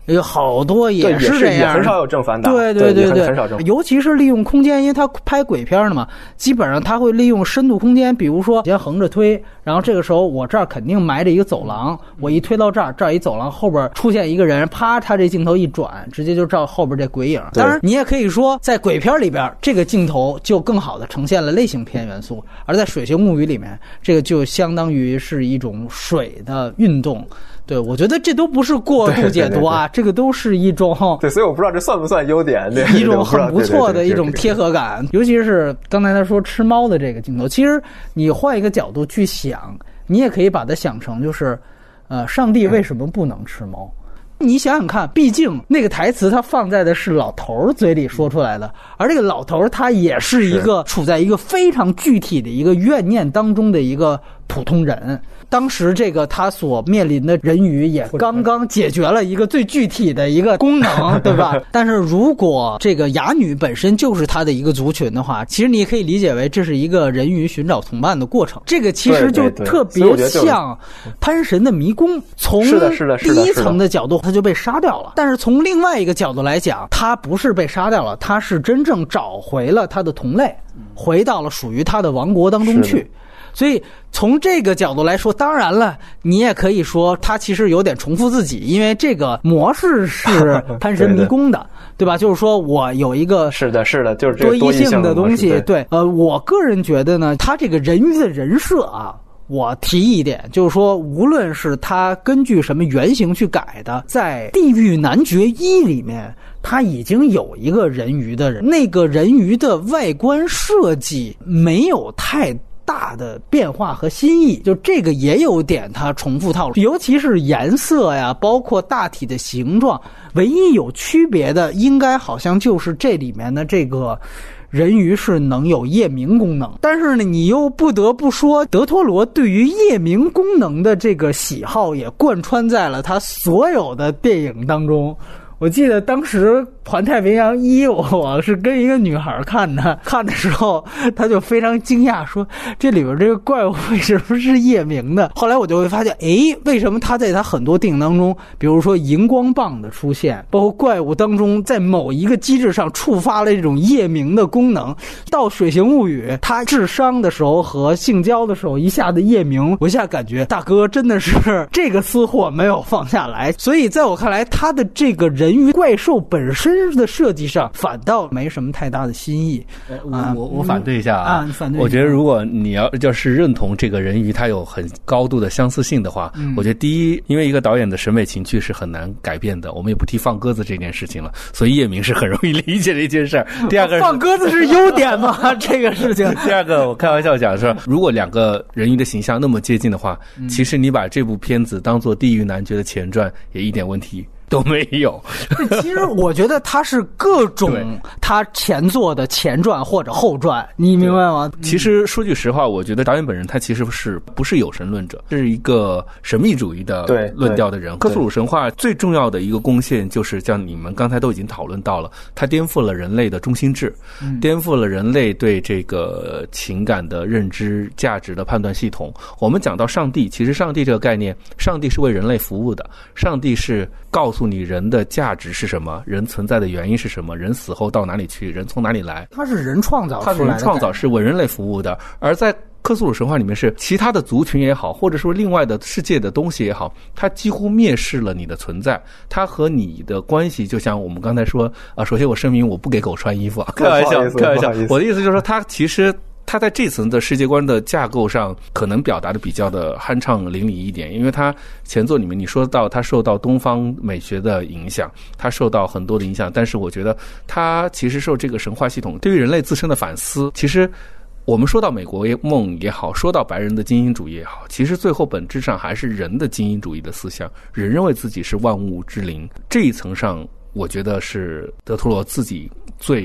有好多也是这样， 也很少有正反打， 对， 很少正， 尤其是利用空间，因为他拍鬼片的嘛，基本上他会利用深度空间，比如说先横着推，然后这个时候我这儿肯定埋着一个走廊，我一推到这儿一走廊，后边出现一个人，啪，他这镜头一转，直接就照后边这鬼影。当然，你也可以说在鬼片里边，这个镜头就更好的呈现了类型片元素，而在《水形物语》里面，这个就相当于是一种水的运动。对，我觉得这都不是过度解读啊，这个都是一种对，所以我不知道这算不算优点， 一种很不错的一种贴合感。尤其是刚才他说吃猫的这个镜头，其实你换一个角度去想，你也可以把它想成就是，上帝为什么不能吃猫？你想想看，毕竟那个台词他放在的是老头嘴里说出来的，而这个老头他也是一个处在一个非常具体的一个怨念当中的一个普通人。当时这个他所面临的人鱼也刚刚解决了一个最具体的一个功能，对吧？但是如果这个哑女本身就是他的一个族群的话，其实你也可以理解为这是一个人鱼寻找同伴的过程。这个其实就特别像潘神的迷宫，从第一层的角度他就被杀掉了，但是从另外一个角度来讲，他不是被杀掉了，他是真正找回了他的同类，回到了属于他的王国当中去。所以从这个角度来说，当然了，你也可以说他其实有点重复自己，因为这个模式是潘神迷宫的，对吧？就是说我有一个是的，就是这多异性的东西。对，我个人觉得呢，他这个人鱼的人设啊，我提一点，就是说，无论是他根据什么原型去改的，在《地狱男爵1》里面，他已经有一个人鱼的人，那个人鱼的外观设计没有太大的变化和新意，就这个也有点它重复套路，尤其是颜色呀，包括大体的形状，唯一有区别的应该好像就是这里面的这个人鱼是能有夜明功能。但是呢，你又不得不说，德托罗对于夜明功能的这个喜好也贯穿在了他所有的电影当中。我记得当时《环太平洋1》，我是跟一个女孩看的时候，她就非常惊讶，说这里边这个怪物为什么是夜明的？后来我就会发现，为什么他在他很多电影当中，比如说荧光棒的出现，包括怪物当中在某一个机制上触发了这种夜明的功能，到《水形物语》他治伤的时候和性交的时候一下子夜明，我一下感觉大哥真的是这个私货没有放下来。所以在我看来，他的这个人鱼怪兽本身的设计上反倒没什么太大的新意。 我反对一下啊， 你反对一下。 我觉得如果你要是认同这个人鱼它有很高度的相似性的话，我觉得第一，因为一个导演的审美情趣是很难改变的，我们也不提放鸽子这件事情了，所以夜明是很容易理解的一件事。第二个， 放鸽子是优点吗？这个事情。 第二个，我开玩笑讲说，如果两个人鱼的形象那么接近的话，其实你把这部片子当做《地狱男爵》的前传也一点问题都没有。 其实我觉得它是各种他前作的前传或者后传，你明白吗？ 其实说句实话，我觉得导演本人他其实不是有神论者，是一个神秘主义的论调的人。克苏鲁神话最重要的一个贡献就是像你们刚才都已经讨论到了，它颠覆了人类的中心制，颠覆了人类对这个情感的认知、价值的判断系统。我们讲到上帝，其实上帝这个概念，上帝是为人类服务的，上帝是告诉你人的价值是什么，人存在的原因是什么，人死后到哪里去，人从哪里来。 它是人创造出来的， 它是人创造，是为人类服务的。而在克苏鲁神话里面是其他的族群也好，或者说另外的世界的东西也好，它几乎蔑视了你的存在，它和你的关系就像我们刚才说首先我声明我不给狗穿衣服，开玩笑。我的意思就是说，它其实他在这层的世界观的架构上可能表达的比较的酣畅淋漓一点，因为他前作里面你说到他受到东方美学的影响，他受到很多的影响，但是我觉得他其实受这个神话系统对于人类自身的反思，其实我们说到美国梦也好，说到白人的精英主义也好，其实最后本质上还是人的精英主义的思想，人认为自己是万物之灵，这一层上我觉得是德托罗自己最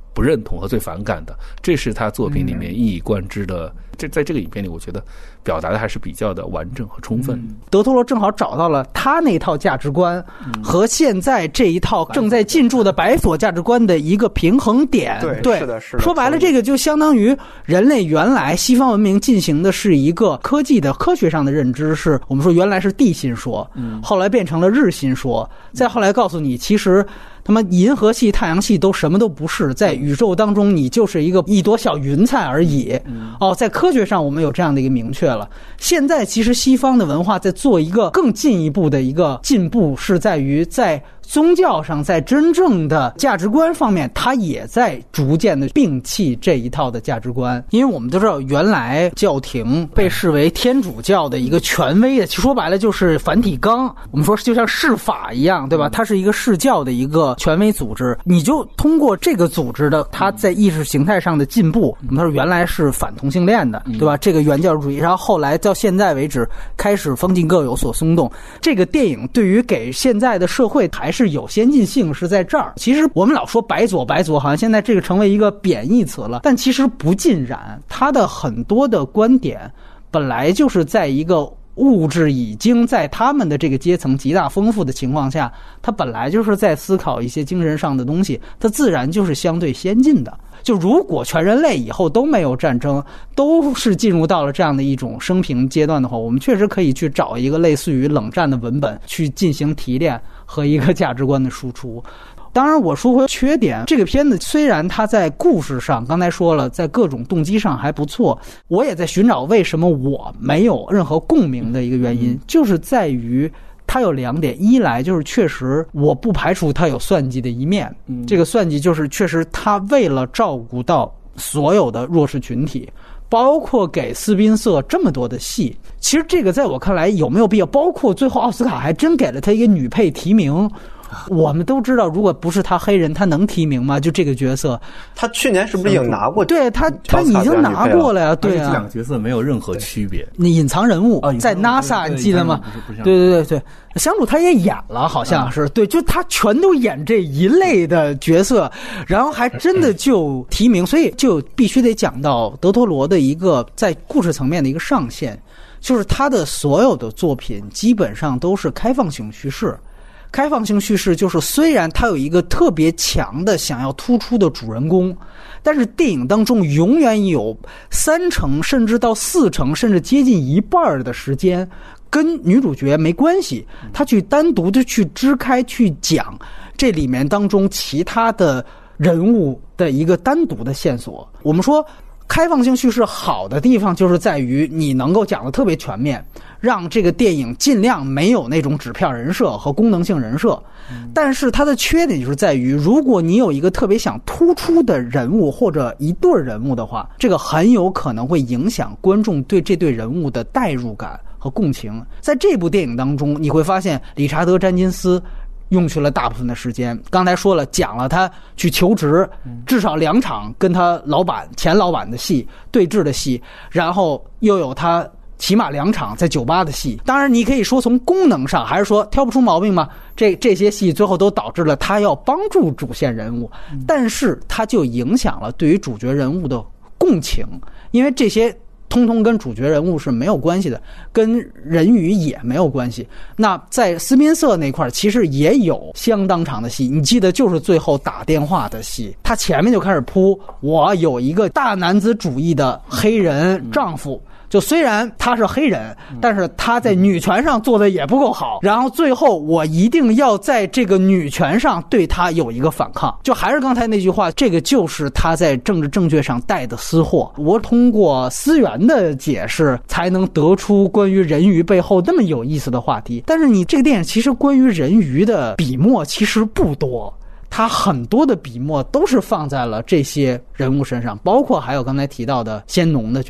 不认同和最反感的，这是他作品里面一以贯之的。在这个影片里，我觉得表达的还是比较的完整和充分。 德托罗正好找到了他那套价值观和现在这一套正在进驻的白所价值观的一个平衡点。 对，是的，是的。 说白了，这个就相当于人类原来西方文明进行的是一个科技的科学上的认知，是我们说原来是地心说，后来变成了日心说，再后来告诉你，其实他妈银河系、太阳系都什么都不是，在宇宙当中你就是一朵小云彩而已。在科学上我们有这样的一个明确了。现在其实西方的文化在做一个更进一步的一个进步，是在于在宗教上，在真正的价值观方面，它也在逐渐的摒弃这一套的价值观。因为我们都知道，原来教廷被视为天主教的一个权威的，其实说白了就是梵蒂冈，我们说就像释法一样，对吧？它是一个释教的一个权威组织。你就通过这个组织的它在意识形态上的进步，我们说原来是反同性恋的，对吧？这个原教旨主义，然后后来到现在为止开始风静各有所松动。这个电影对于给现在的社会还是有先进性，是在这儿。其实我们老说白左，好像现在这个成为一个贬义词了，但其实不尽然。他的很多的观点本来就是在一个物质已经在他们的这个阶层极大丰富的情况下，他本来就是在思考一些精神上的东西，他自然就是相对先进的。就如果全人类以后都没有战争，都是进入到了这样的一种生平阶段的话，我们确实可以去找一个类似于冷战的文本去进行提炼和一个价值观的输出。当然我说回缺点，这个片子虽然它在故事上刚才说了在各种动机上还不错，我也在寻找为什么我没有任何共鸣的一个原因，就是在于它有两点。一来就是确实我不排除它有算计的一面，这个算计就是确实它为了照顾到所有的弱势群体，包括给斯宾塞这么多的戏，其实这个在我看来有没有必要？包括最后奥斯卡还真给了他一个女配提名。我们都知道，如果不是他黑人，他能提名吗？就这个角色， 他去年是不是已经拿过？ 对他已经拿过了呀。对啊， 这两个角色没有任何区别。 那隐藏人物在 NASA， 你记得吗？对，香主他也演了，好像是对，就他全都演这一类的角色，然后还真的就提名，所以就必须得讲到德托罗的一个在故事层面的一个上限，就是他的所有的作品基本上都是开放性叙事。开放性叙事就是虽然它有一个特别强的想要突出的主人公，但是电影当中永远有30%甚至到40%甚至接近一半的时间跟女主角没关系，他去单独的去支开去讲这里面当中其他的人物的一个单独的线索。我们说开放性叙事好的地方就是在于你能够讲得特别全面，让这个电影尽量没有那种纸片人设和功能性人设。但是它的缺点就是在于，如果你有一个特别想突出的人物或者一对人物的话，这个很有可能会影响观众对这对人物的代入感和共情。在这部电影当中，你会发现理查德·詹金斯用去了大部分的时间，刚才说了，讲了他去求职，至少2场跟他前老板的戏对峙的戏，然后又有他起码2场在酒吧的戏。当然你可以说从功能上还是说挑不出毛病嘛，这些戏最后都导致了他要帮助主线人物，但是他就影响了对于主角人物的共情，因为这些通通跟主角人物是没有关系的，跟人鱼也没有关系。那在斯宾塞那块其实也有相当长的戏，你记得就是最后打电话的戏，他前面就开始铺我有一个大男子主义的黑人丈夫，就虽然他是黑人，但是他在女权上做的也不够好，然后最后我一定要在这个女权上对他有一个反抗。就还是刚才那句话，这个就是他在政治正确上带的私货。我通过思源的解释才能得出关于人鱼背后那么有意思的话题。但是你这个电影其实关于人鱼的笔墨其实不多，他很多的笔墨都是放在了这些人物身上，包括还有刚才提到的先农的角色，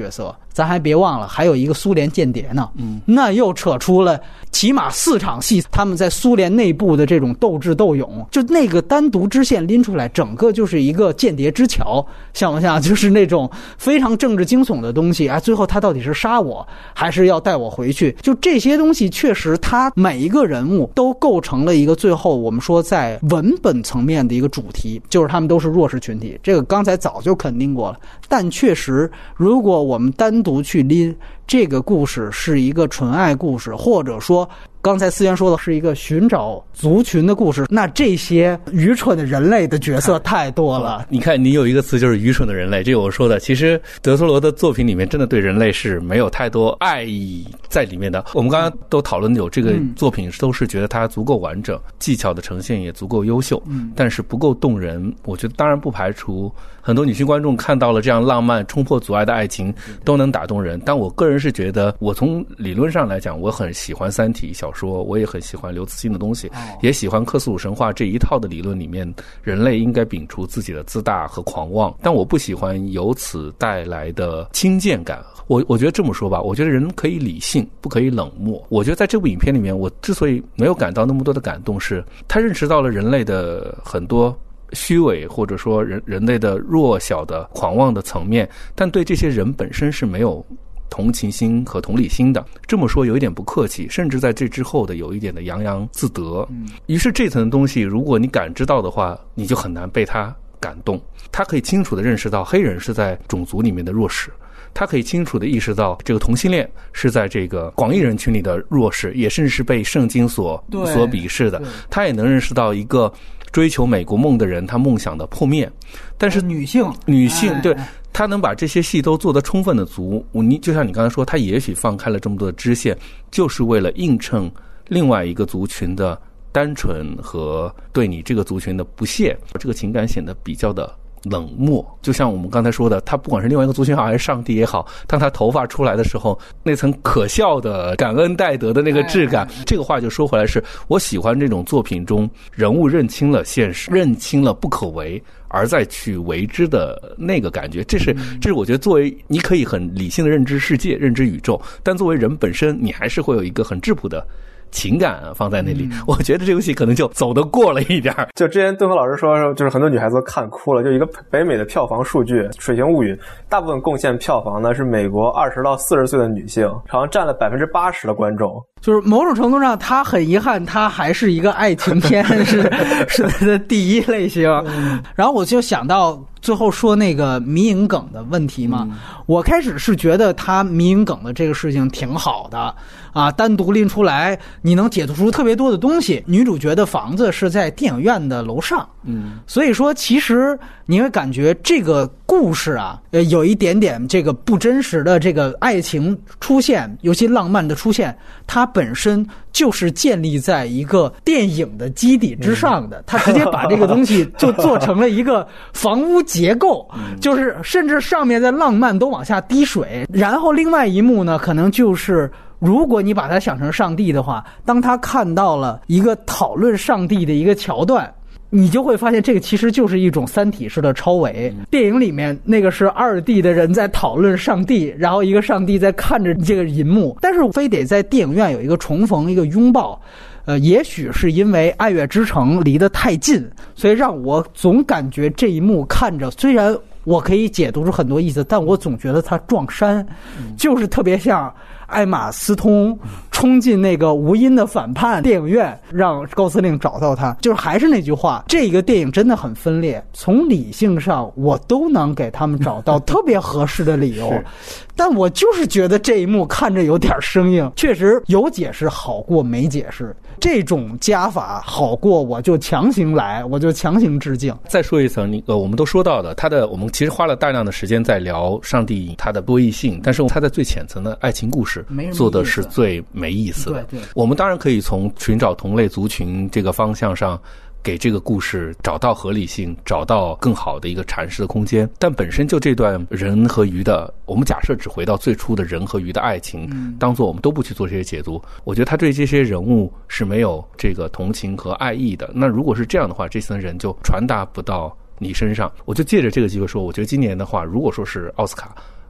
咱还别忘了还有一个苏联间谍呢，那又扯出了起码4场戏，他们在苏联内部的这种斗智斗勇，就那个单独支线拎出来，整个就是一个间谍之桥，像不像？就是那种非常政治惊悚的东西啊，最后他到底是杀我还是要带我回去？就这些东西，确实他每一个人物都构成了一个最后我们说在文本层面的一个主题，就是他们都是弱势群体，这个刚才早就肯定过了。但确实，如果我们单独去拎这个故事是一个纯爱故事，或者说刚才思源说的是一个寻找族群的故事，那这些愚蠢的人类的角色太多了。 你看，你有一个词就是愚蠢的人类，这个我说的。其实德托罗的作品里面真的对人类是没有太多爱意在里面的。我们刚刚都讨论有这个作品都是觉得它足够完整，技巧的呈现也足够优秀，但是不够动人。我觉得当然不排除很多女性观众看到了这样浪漫冲破阻碍的爱情都能打动人，但我个人是觉得，我从理论上来讲，我很喜欢三体小说，我也很喜欢刘慈欣的东西，也喜欢克苏鲁神话这一套的理论里面人类应该摒除自己的自大和狂妄，但我不喜欢由此带来的轻贱感。我觉得这么说吧，我觉得人可以理性，不可以冷漠。我觉得在这部影片里面，我之所以没有感到那么多的感动，是他认识到了人类的很多虚伪，或者说人类的弱小的狂妄的层面，但对这些人本身是没有同情心和同理心的。这么说有一点不客气，甚至在这之后的有一点的洋洋自得。于是这层东西如果你感知到的话，你就很难被他感动。他可以清楚地认识到黑人是在种族里面的弱势，他可以清楚地意识到这个同性恋是在这个广义人群里的弱势，也甚至是被圣经所鄙视的。他也能认识到一个追求美国梦的人他梦想的破灭。但是女性对，他能把这些戏都做得充分的足。你就像你刚才说，他也许放开了这么多的支线，就是为了映衬另外一个族群的单纯和对你这个族群的不屑，这个情感显得比较的冷漠。就像我们刚才说的，他不管是另外一个族群好还是上帝也好，当他头发出来的时候，那层可笑的感恩戴德的那个质感，这个话就说回来，是我喜欢这种作品中人物认清了现实，认清了不可为而再去为之的那个感觉。这是我觉得作为你可以很理性的认知世界，认知宇宙，但作为人本身你还是会有一个很质朴的情感放在那里。我觉得这部戏可能就走得过了一点。 就之前敦和老师说，就是很多女孩子都看哭了。就一个北美的票房数据，《水形物语》大部分贡献票房呢是美国20到40岁的女性，好像占了80%的观众。 就是某种程度上，他很遗憾，他还是一个爱情片，是他的第一类型。然后我就想到最后说那个迷影梗的问题嘛，我开始是觉得他迷影梗的这个事情挺好的啊，单独拎出来，你能解读出特别多的东西。女主角的房子是在电影院的楼上，所以说其实你会感觉这个故事啊，有一点点这个不真实的这个爱情出现，尤其浪漫的出现，它本身就是建立在一个电影的基底之上的，他直接把这个东西就做成了一个房屋结构，就是甚至上面的浪漫都往下滴水。然后另外一幕呢，可能就是如果你把它想成上帝的话，当他看到了一个讨论上帝的一个桥段，你就会发现这个其实就是一种三体式的超维。电影里面那个是2D 的人在讨论上帝，然后一个上帝在看着这个银幕，但是非得在电影院有一个重逢，一个拥抱。也许是因为《爱乐之城》离得太近，所以让我总感觉这一幕看着，虽然我可以解读出很多意思，但我总觉得它撞衫，就是特别像艾玛斯通冲进那个无音的反叛电影院，让高司令找到他。就是还是那句话，这个电影真的很分裂，从理性上我都能给他们找到特别合适的理由，但我就是觉得这一幕看着有点生硬。确实有解释好过没解释，这种加法好过我就强行来，我就强行致敬。 再说一层，我们都说到的，我们其实花了大量的时间在聊上帝它的多义性，但是它在最浅层的爱情故事做的是最没意思的。 对， 我们当然可以从寻找同类族群这个方向上给这个故事找到合理性，找到更好的一个阐释的空间，但本身就这段人和鱼的，我们假设只回到最初的人和鱼的爱情，当做我们都不去做这些解读，我觉得他对这些人物是没有这个同情和爱意的。那如果是这样的话，这层人就传达不到你身上。我就借着这个机会说，我觉得今年的话，如果说是奥斯卡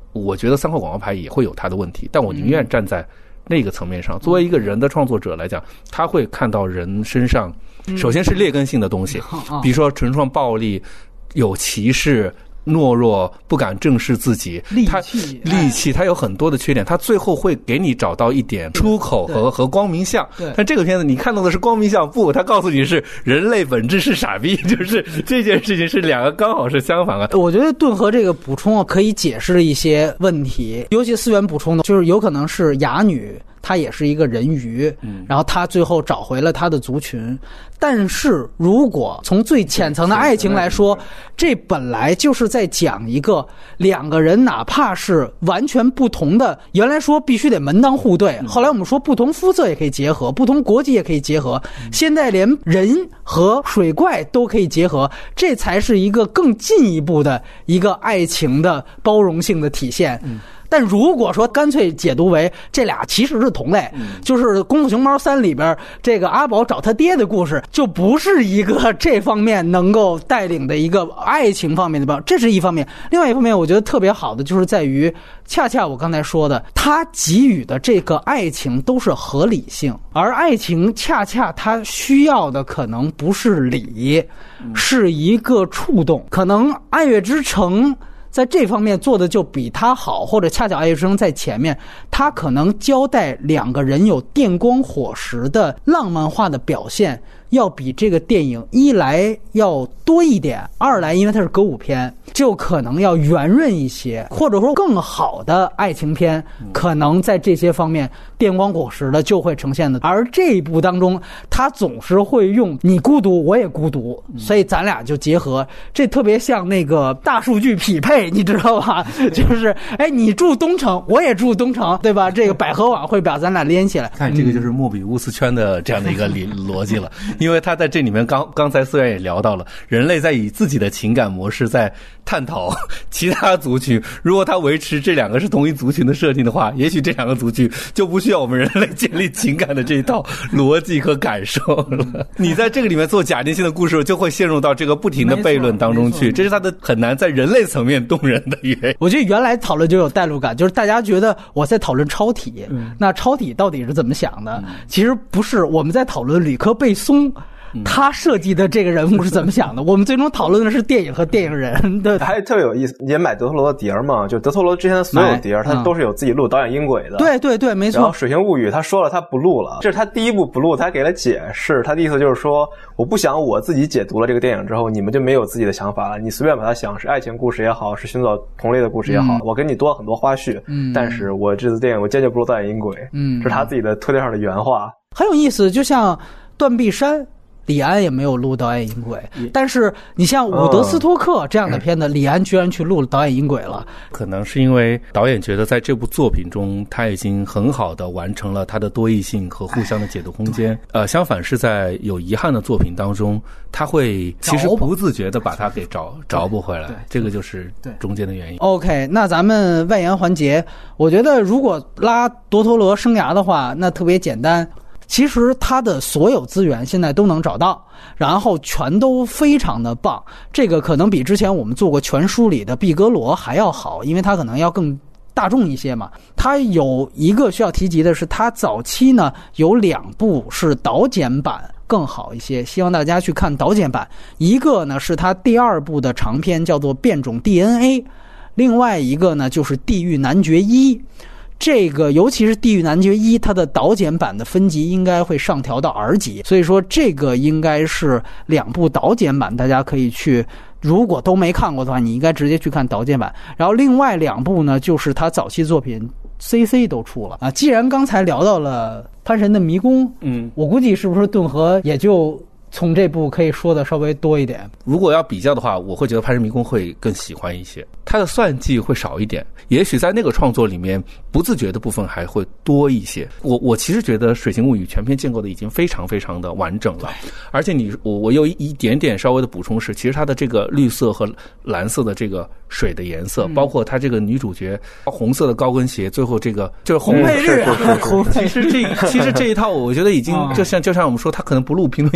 我觉得3块广告牌也会有它的问题，但我宁愿站在那个层面上。作为一个人的创作者来讲，他会看到人身上首先是劣根性的东西，比如说纯创暴力、有歧视、懦弱、不敢正视自己，戾气，它有很多的缺点，它最后会给你找到一点出口和光明相。但这个片子你看到的是光明相，不，它告诉你是人类本质是傻逼，就是这件事情是两个刚好是相反的。 我觉得顿河这个补充可以解释一些问题，尤其思源补充的，就是有可能是哑女。他也是一个人鱼，然后他最后找回了他的族群。但是如果从最浅层的爱情来说，这本来就是在讲一个两个人哪怕是完全不同的，原来说必须得门当户对，后来我们说不同肤色也可以结合，不同国籍也可以结合，现在连人和水怪都可以结合，这才是一个更进一步的一个爱情的包容性的体现。但如果说干脆解读为这俩其实是同类，就是《功夫熊猫3》里边这个阿宝找他爹的故事，就不是一个这方面能够带领的一个爱情方面的吧，这是一方面。另外一方面，我觉得特别好的就是在于，恰恰我刚才说的，他给予的这个爱情都是合理性，而爱情恰恰它需要的可能不是理，是一个触动。可能《爱乐之城》在这方面做的就比他好，或者恰巧爱乐之城在前面，他可能交代两个人有电光火石的浪漫化的表现，要比这个电影一来要多一点，二来因为它是歌舞片，就可能要圆润一些，或者说更好的爱情片可能在这些方面电光火石的就会呈现的。而这一部当中，他总是会用你孤独我也孤独，所以咱俩就结合，这特别像那个大数据匹配，你知道吧？就是你住东城我也住东城，对吧？这个百合网会把咱俩连起来。 看这个就是莫比乌斯圈的这样的一个逻辑了。因为他在这里面刚才虽然也聊到了，人类在以自己的情感模式在探讨其他族群，如果他维持这两个是同一族群的设定的话，也许这两个族群就不需要我们人类建立情感的这一套逻辑和感受了。你在这个里面做假定性的故事，就会陷入到这个不停的悖论当中去，这是他的很难在人类层面动人的原因。 我觉得原来讨论就有代入感，就是大家觉得我在讨论超体，那超体到底是怎么想的？其实不是，我们在讨论吕克贝松他设计的这个人物是怎么想的？我们最终讨论的是电影和电影人的。 还特别有意思，也买德托罗的碟嘛，就德托罗之前的所有碟他都是有自己录导演音轨的。 对对对，没错。 然后《水形物语》他说了他不录了，这是他第一部不录，他还给了解释，他的意思就是说，我不想我自己解读了这个电影之后，你们就没有自己的想法了，你随便把它想是爱情故事也好，是寻找同类的故事也好，我给你多了很多花絮，但是我这次电影我坚决不录导演音轨，这是他自己的推特上的原话， 很有意思。就像断臂山。李安也没有录导演音轨，但是你像伍德斯托克这样的片子，李安居然去录了导演音轨了。 可能是因为导演觉得在这部作品中，他已经很好的完成了他的多义性和互相的解读空间。相反是在有遗憾的作品当中，他会其实不自觉的把它给找不回来，这个就是中间的原因。 OK， 那咱们外延环节，我觉得如果拉多托罗生涯的话，那特别简单。其实他的所有资源现在都能找到，然后全都非常的棒，这个可能比之前我们做过全书里的毕格罗还要好，因为他可能要更大众一些嘛。他有一个需要提及的是，他早期呢有2部是导剪版更好一些，希望大家去看导剪版。一个呢是他第2部的长篇叫做变种 DNA， 另外一个呢就是地狱男爵1。这个尤其是地狱男爵1，它的导剪版的分级应该会上调到 R 级，所以说这个应该是2部导剪版，大家可以去，如果都没看过的话，你应该直接去看导剪版。然后另外2部呢，就是他早期作品 CC 都出了啊。既然刚才聊到了潘神的迷宫，我估计是不是顿河也就从这部可以说的稍微多一点。 如果要比较的话，我会觉得潘神迷宫会更喜欢一些，他的算计会少一点，也许在那个创作里面不自觉的部分还会多一些。我其实觉得水形物语全篇建构的已经非常非常的完整了，而且我有一点点稍微的补充是，其实它的这个绿色和蓝色的这个水的颜色，包括它这个女主角红色的高跟鞋，最后这个就是红配日， 其实这一套我觉得已经就像我们说，它可能不录评论音轨的问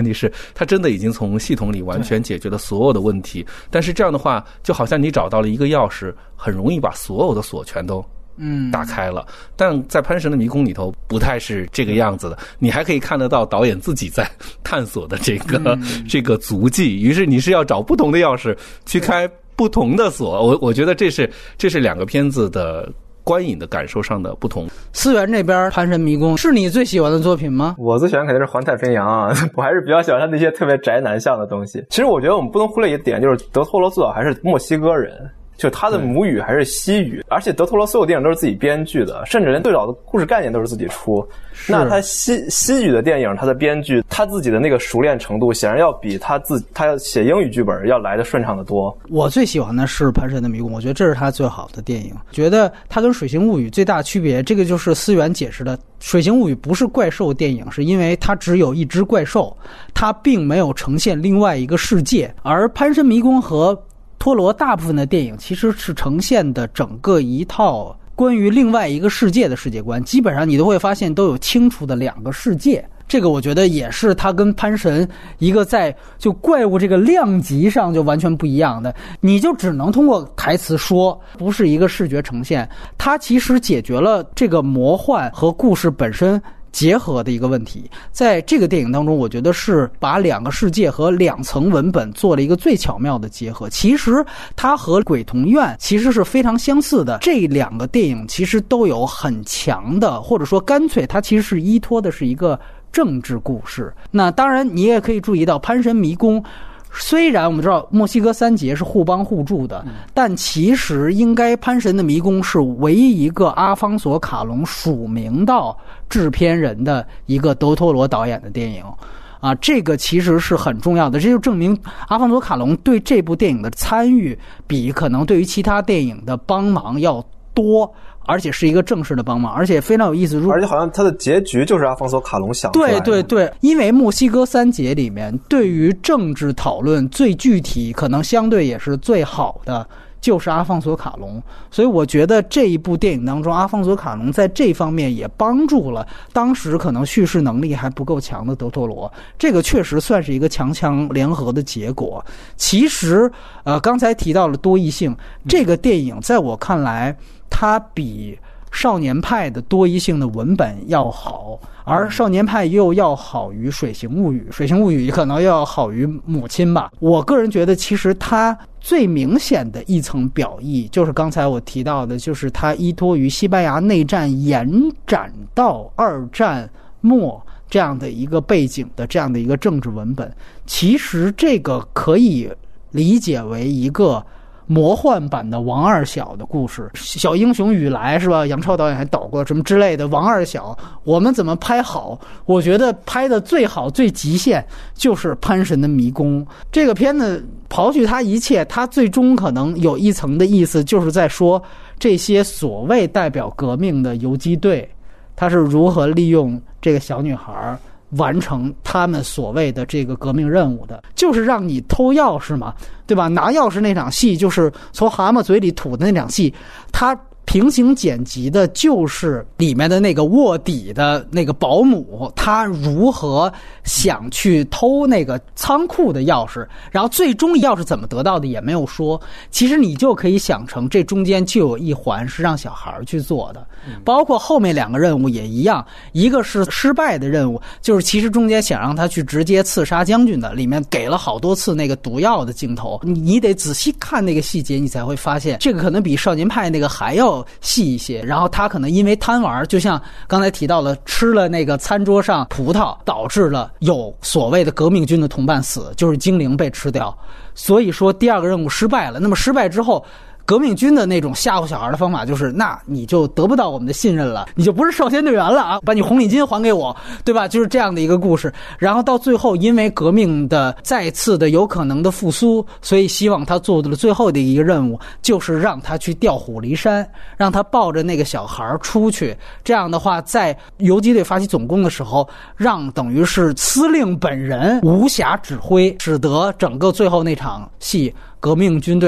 问题是，它真的已经从系统里完全解决了所有的问题。但是这样的话，就好像你找到了一个钥匙，很容易把所有的锁全都打开了。但在潘神的迷宫里头不太是这个样子的，你还可以看得到导演自己在探索的这个足迹，于是你是要找不同的钥匙去开不同的锁。我觉得这是两个片子的观影的感受上的不同。 思源这边潘神迷宫是你最喜欢的作品吗？ 我最喜欢肯定是环太平洋啊，我还是比较喜欢他那些特别宅男向的东西。其实我觉得我们不能忽略一点，就是德托罗最早还是墨西哥人，就他的母语还是西语，而且德托罗所有电影都是自己编剧的，甚至连最早的故事概念都是自己出。那他西语的电影，他的编剧他自己的那个熟练程度，显然要比他写英语剧本要来的顺畅得多。 我最喜欢的是《潘神的迷宫》，我觉得这是他最好的电影。觉得他跟《水形物语》最大的区别，这个就是思源解释的。《水形物语》不是怪兽电影，是因为它只有一只怪兽，它并没有呈现另外一个世界。而《潘神迷宫》和托罗大部分的电影其实是呈现的整个一套关于另外一个世界的世界观，基本上你都会发现都有清楚的两个世界。这个我觉得也是他跟潘神一个在就怪物这个量级上就完全不一样的，你就只能通过台词说，不是一个视觉呈现。它其实解决了这个魔幻和故事本身结合的一个问题。在这个电影当中，我觉得是把两个世界和两层文本做了一个最巧妙的结合。其实它和鬼童院其实是非常相似的，这两个电影其实都有很强的，或者说干脆它其实是依托的是一个政治故事。那当然你也可以注意到潘神迷宫，虽然我们知道墨西哥三杰是互帮互助的，但其实应该潘神的迷宫是唯一一个阿方索卡隆署名到制片人的一个德托罗导演的电影啊，这个其实是很重要的。这就证明阿方索卡隆对这部电影的参与比可能对于其他电影的帮忙要多，而且是一个正式的帮忙，而且非常有意思。 而且好像他的结局就是阿方索卡隆想出来的。 对对对，因为墨西哥三杰里面对于政治讨论最具体，可能相对也是最好的，就是阿方索卡隆。所以我觉得这一部电影当中，阿方索卡隆在这方面也帮助了当时可能叙事能力还不够强的德托罗，这个确实算是一个强强联合的结果。其实刚才提到了多义性，这个电影在我看来它比少年派的多义性的文本要好，而少年派又要好于水形物语，水形物语可能又要好于母亲吧。我个人觉得其实它最明显的一层表意就是刚才我提到的，就是它依托于西班牙内战延展到二战末这样的一个背景的这样的一个政治文本。其实这个可以理解为一个魔幻版的王二小的故事，小英雄雨来是吧？杨超导演还导过什么之类的。王二小我们怎么拍好？我觉得拍的最好最极限就是潘神的迷宫。这个片子刨去它一切，它最终可能有一层的意思，就是在说这些所谓代表革命的游击队，他是如何利用这个小女孩完成他们所谓的这个革命任务的，就是让你偷钥匙嘛，对吧？拿钥匙那场戏，就是从蛤蟆嘴里吐的那场戏，他平行剪辑的就是里面的那个卧底的那个保姆，他如何想去偷那个仓库的钥匙，然后最终钥匙怎么得到的也没有说。其实你就可以想成这中间就有一环是让小孩去做的，包括后面两个任务也一样，一个是失败的任务，就是其实中间想让他去直接刺杀将军的，里面给了好多次那个毒药的镜头，你得仔细看那个细节，你才会发现这个可能比少年派那个还要细一些。然后他可能因为贪玩，就像刚才提到了吃了那个餐桌上葡萄，导致了有所谓的革命军的同伴死，就是精灵被吃掉，所以说第二个任务失败了。那么失败之后，革命军的那种吓唬小孩的方法就是，那你就得不到我们的信任了，你就不是少先队员了啊，把你红领巾还给我，对吧？就是这样的一个故事。然后到最后，因为革命的再次的有可能的复苏，所以希望他做的最后的一个任务就是让他去调虎离山，让他抱着那个小孩出去。这样的话，在游击队发起总攻的时候，让等于是司令本人无暇指挥，使得整个最后那场戏革命军队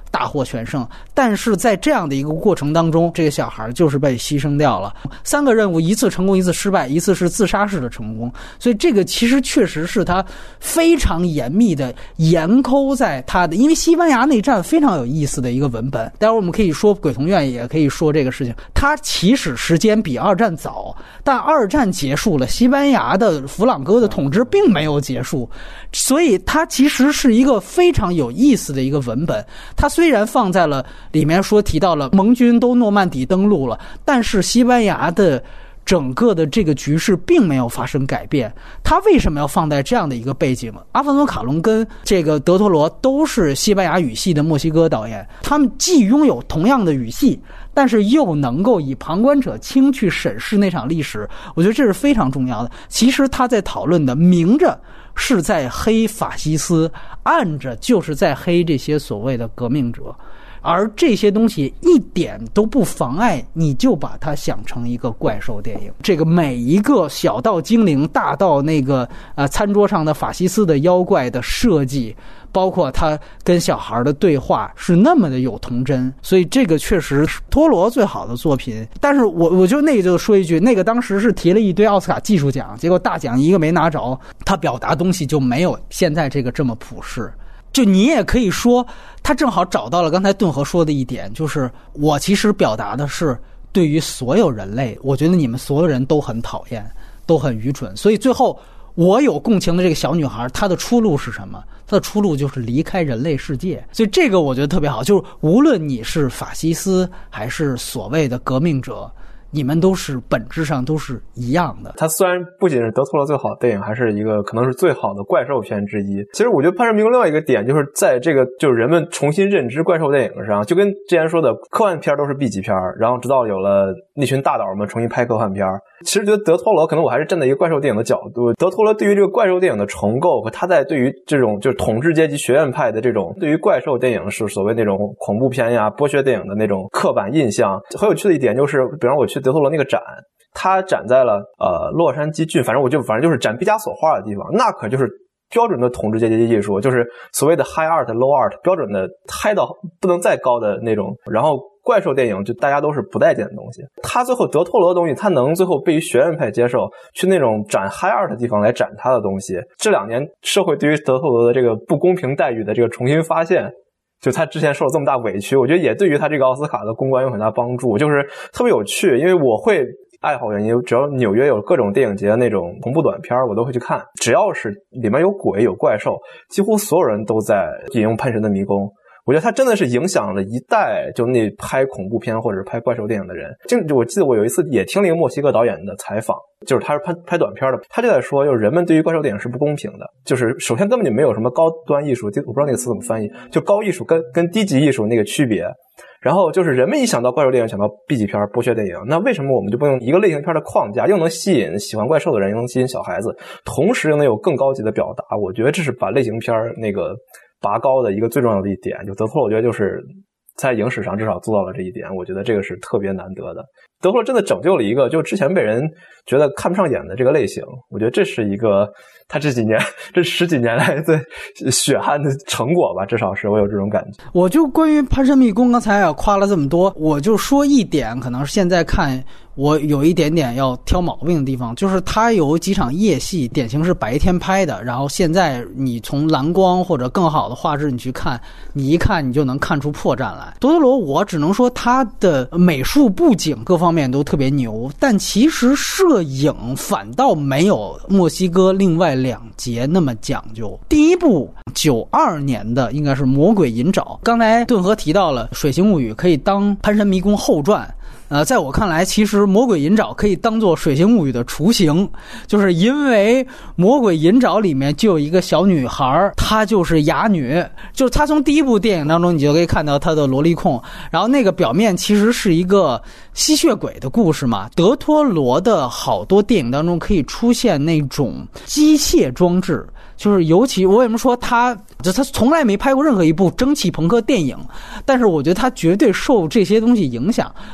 大获全胜。但是在这样的一个过程当中，这个小孩就是被牺牲掉了。3个任务，一次成功，一次失败，一次是自杀式的成功。所以这个其实确实是他非常严密的严抠在他的，因为西班牙内战非常有意思的一个文本，待会儿我们可以说鬼童院，也可以说这个事情，它起始时间比二战早，但二战结束了，西班牙的弗朗哥的统治并没有结束，所以它其实是一个非常有意思的一个文本。它虽然放在了里面说提到了盟军都诺曼底登陆了，但是西班牙的整个的这个局势并没有发生改变。他为什么要放在这样的一个背景？阿方索卡隆跟这个德托罗都是西班牙语系的墨西哥导演，他们既拥有同样的语系，但是又能够以旁观者清去审视那场历史，我觉得这是非常重要的。其实他在讨论的明着是在黑法西斯，暗着就是在黑这些所谓的革命者，而这些东西一点都不妨碍你就把它想成一个怪兽电影。这个每一个小到精灵，大到那个餐桌上的法西斯的妖怪的设计，包括他跟小孩的对话是那么的有童真，所以这个确实是托罗最好的作品。但是我就那个就说一句，那个当时是提了一堆奥斯卡技术奖，结果大奖一个没拿着，他表达东西就没有现在这个这么普世。就你也可以说他正好找到了刚才顿河说的一点，就是我其实表达的是对于所有人类，我觉得你们所有人都很讨厌，都很愚蠢，所以最后我有共情的这个小女孩，她的出路是什么？她的出路就是离开人类世界。所以这个我觉得特别好，就是无论你是法西斯还是所谓的革命者，你们都是本质上都是一样的。 它虽然不仅是德托罗最好的电影，还是一个可能是最好的怪兽片之一。其实我觉得《潘神迷宫》另外一个点就是在这个就是人们重新认知怪兽电影上，就跟之前说的科幻片都是 B 级片，然后直到有了那群大导们重新拍科幻片。其实觉得德托罗可能我还是站在一个怪兽电影的角度，德托罗对于这个怪兽电影的重构和他在对于这种就是统治阶级学院派的这种对于怪兽电影是所谓那种恐怖片呀剥削电影的那种刻板印象。很有趣的一点就是，比方我去德托罗那个展，他展在了洛杉矶郡，反正就是展毕加索画的地方，那可就是标准的统治阶级艺术，就是所谓的 high art low art， 标准的嗨到不能再高的那种。然后怪兽电影就大家都是不待见的东西，他最后德托罗的东西他能最后被于学院派接受，去那种展 high art 的地方来展他的东西。这2年社会对于德托罗的这个不公平待遇的这个重新发现，就他之前受了这么大委屈，我觉得也对于他这个奥斯卡的公关有很大帮助，就是特别有趣。因为我会爱好原因，只要纽约有各种电影节那种恐怖短片我都会去看，只要是里面有鬼有怪兽，几乎所有人都在引用《潘神的迷宫》。我觉得他真的是影响了一代就那拍恐怖片或者拍怪兽电影的人。就我记得我有一次也听了一个墨西哥导演的采访，就是他是拍短片的，他就在说就是人们对于怪兽电影是不公平的，就是首先根本就没有什么高端艺术，我不知道那个词怎么翻译，就高艺术跟低级艺术那个区别。然后就是人们一想到怪兽电影想到 B 级片剥削电影，那为什么我们就不用一个类型片的框架，又能吸引喜欢怪兽的人，又能吸引小孩子，同时又能有更高级的表达？我觉得这是把类型片那个拔高的一个最重要的一点。就德托罗我觉得就是在影史上至少做到了这一点，我觉得这个是特别难得的。德托罗真的拯救了一个就之前被人觉得看不上眼的这个类型，我觉得这是一个他这10几年来的血汗的成果吧，至少是我有这种感觉。 我就关于《潘神迷宫》刚才夸了这么多，我就说一点可能是现在看我有一点点要挑毛病的地方，就是它有几场夜戏典型是白天拍的，然后现在你从蓝光或者更好的画质你去看，你一看你就能看出破绽来。德托罗我只能说他的美术布景各方面都特别牛，但其实摄影反倒没有墨西哥另外2节那么讲究。第一部92年的应该是《魔鬼银沼》，刚才顿河提到了《水形物语》可以当《潘神迷宫》后传，在我看来其实魔鬼银沼可以当做水形物语的雏形，就是因为魔鬼银沼里面就有一个小女孩，她就是哑女，就是她从第一部电影当中你就可以看到她的萝莉控，然后那个表面其实是一个吸血鬼的故事嘛。德托罗的好多电影当中可以出现那种机械装置，就是尤其我为什么说他从来没拍过任何一部蒸汽朋克电影，但是我觉得他绝对受这些东西影响，就他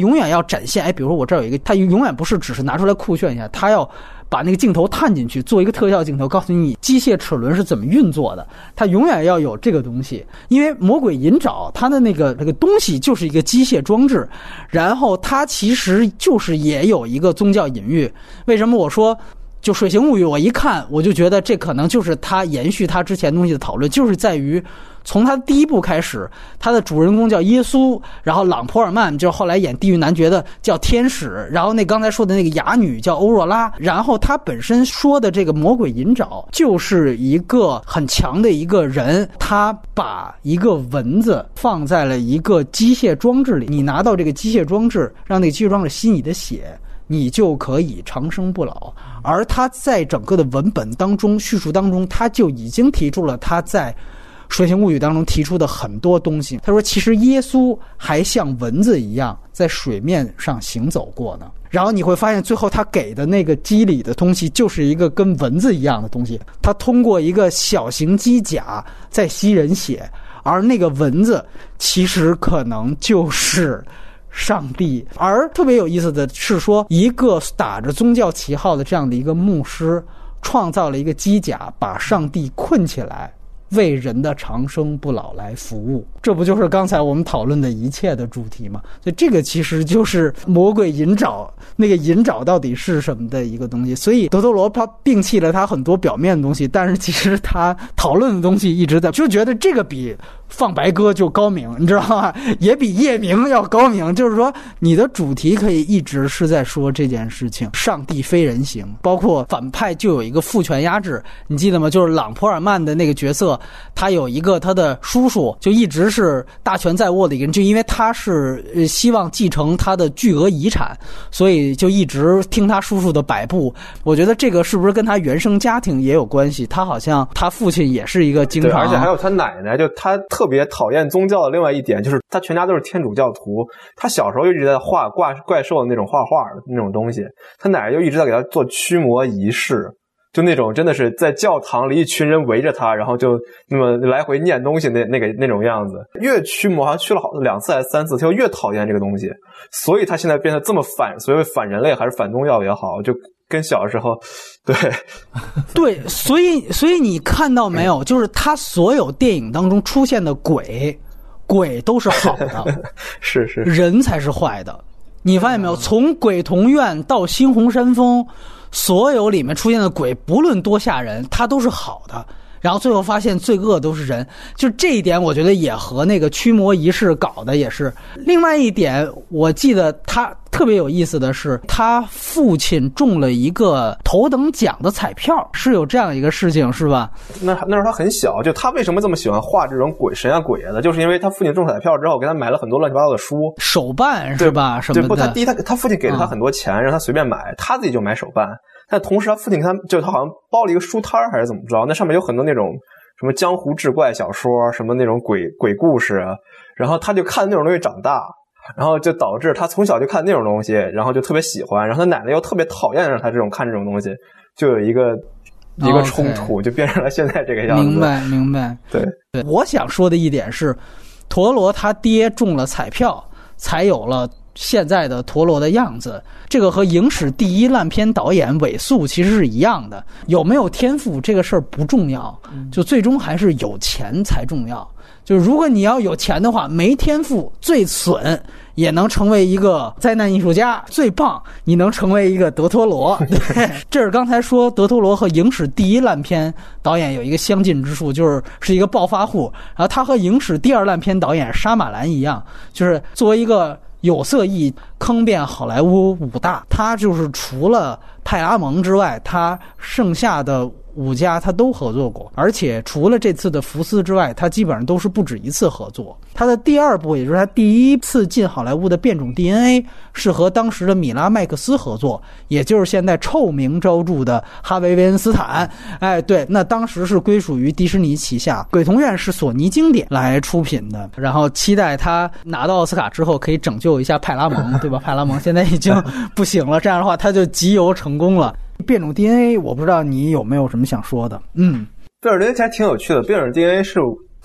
永远要展现，比如说我这儿有一个，他永远不是只是拿出来酷炫一下，他要把那个镜头探进去，做一个特效镜头，告诉你机械齿轮是怎么运作的，它永远要有这个东西。因为魔鬼银爪它的那个东西就是一个机械装置，然后它其实就是也有一个宗教隐喻。为什么我说就水形物语，我一看我就觉得这可能就是他延续他之前东西的讨论，就是在于从他第一部开始，他的主人公叫耶稣，然后朗普尔曼就是后来演地狱男爵的叫天使，然后那刚才说的那个哑女叫欧若拉，然后他本身说的这个魔鬼银爪就是一个很强的一个人，他把一个蚊子放在了一个机械装置里，你拿到这个机械装置，让那个机械装置吸你的血，你就可以长生不老。而他在整个的文本当中叙述当中，他就已经提出了他在水形物语当中提出的很多东西。他说其实耶稣还像蚊子一样在水面上行走过呢，然后你会发现最后他给的那个机理的东西就是一个跟蚊子一样的东西，他通过一个小型机甲在吸人血，而那个蚊子其实可能就是上帝。而特别有意思的是说，一个打着宗教旗号的这样的一个牧师创造了一个机甲，把上帝困起来，为人的长生不老来服务。这不就是刚才我们讨论的一切的主题吗？所以这个其实就是魔鬼银爪，那个银爪到底是什么的一个东西。所以德托罗他摒弃了他很多表面的东西，但是其实他讨论的东西一直在，就觉得这个比放白鸽就高明，你知道吗？也比夜明要高明。就是说你的主题可以一直是在说这件事情，上帝非人形，包括反派就有一个父权压制，你记得吗？就是朗普尔曼的那个角色，他有一个他的叔叔就一直是大权在握的一个人，就因为他是希望继承他的巨额遗产，所以就一直听他叔叔的摆布。我觉得这个是不是跟他原生家庭也有关系？他好像他父亲也是一个经常， 对，而且还有他奶奶，就他特别讨厌宗教的另外一点就是他全家都是天主教徒，他小时候一直在画怪兽的那种画的那种东西，他奶奶就一直在给他做驱魔仪式，就那种真的是在教堂里一群人围着他，然后就那么来回念东西那种样子。越驱魔好像驱了2次还是3次，他就越讨厌这个东西，所以他现在变得这么所谓反人类还是反宗教也好，就跟小时候对，所以你看到没有，就是他所有电影当中出现的鬼都是好的是人才是坏的。你发现没有，从鬼童院到猩红山峰，所有里面出现的鬼不论多吓人，它都是好的，然后最后发现罪恶都是人，就这一点我觉得也和那个驱魔仪式搞的也是。另外一点我记得他特别有意思的是，他父亲中了一个头等奖的彩票，是有这样一个事情是吧？ 那时候他很小，就他为什么这么喜欢画这种神啊鬼啊的，就是因为他父亲中彩票之后给他买了很多乱七八糟的书， 手办是吧？什么的。 他父亲给了他很多钱，让他随便买，他自己就买手办。但同时他父亲他好像包了一个书摊还是怎么着，那上面有很多那种什么江湖志怪小说，什么那种鬼故事啊，然后他就看那种东西长大，然后就导致他从小就看那种东西，然后就特别喜欢，然后他奶奶又特别讨厌让他看这种东西，就有一个冲突，就变成了现在这个样子。 明白。 对， 我想说的一点是，陀螺他爹中了彩票，才有了现在的陀螺的样子。这个和影史第一烂片导演尾速其实是一样的，有没有天赋这个事儿不重要，就最终还是有钱才重要。就是如果你要有钱的话，没天赋最损也能成为一个灾难艺术家，最棒你能成为一个德托罗。对，这是刚才说德托罗和影史第一烂片导演有一个相近之处，是一个暴发户，然后他和影史第二烂片导演沙马兰一样，就是作为一个有色裔坑遍好莱坞5大，他就是除了派拉蒙之外，他剩下的5家他都合作过，而且除了这次的福斯之外，他基本上都是不止一次合作。他的第二部，也就是他第一次进好莱坞的变种 DNA 是和当时的米拉麦克斯合作，也就是现在臭名昭著的哈维·维恩斯坦。对，那当时是归属于迪士尼旗下，鬼童院是索尼经典来出品的，然后期待他拿到奥斯卡之后可以拯救一下派拉蒙，对吧？派拉蒙现在已经不行了，这样的话他就集邮成功了。变种 DNA 我不知道你有没有什么想说的。 变种 DNA 还挺有趣的。变种 DNA 是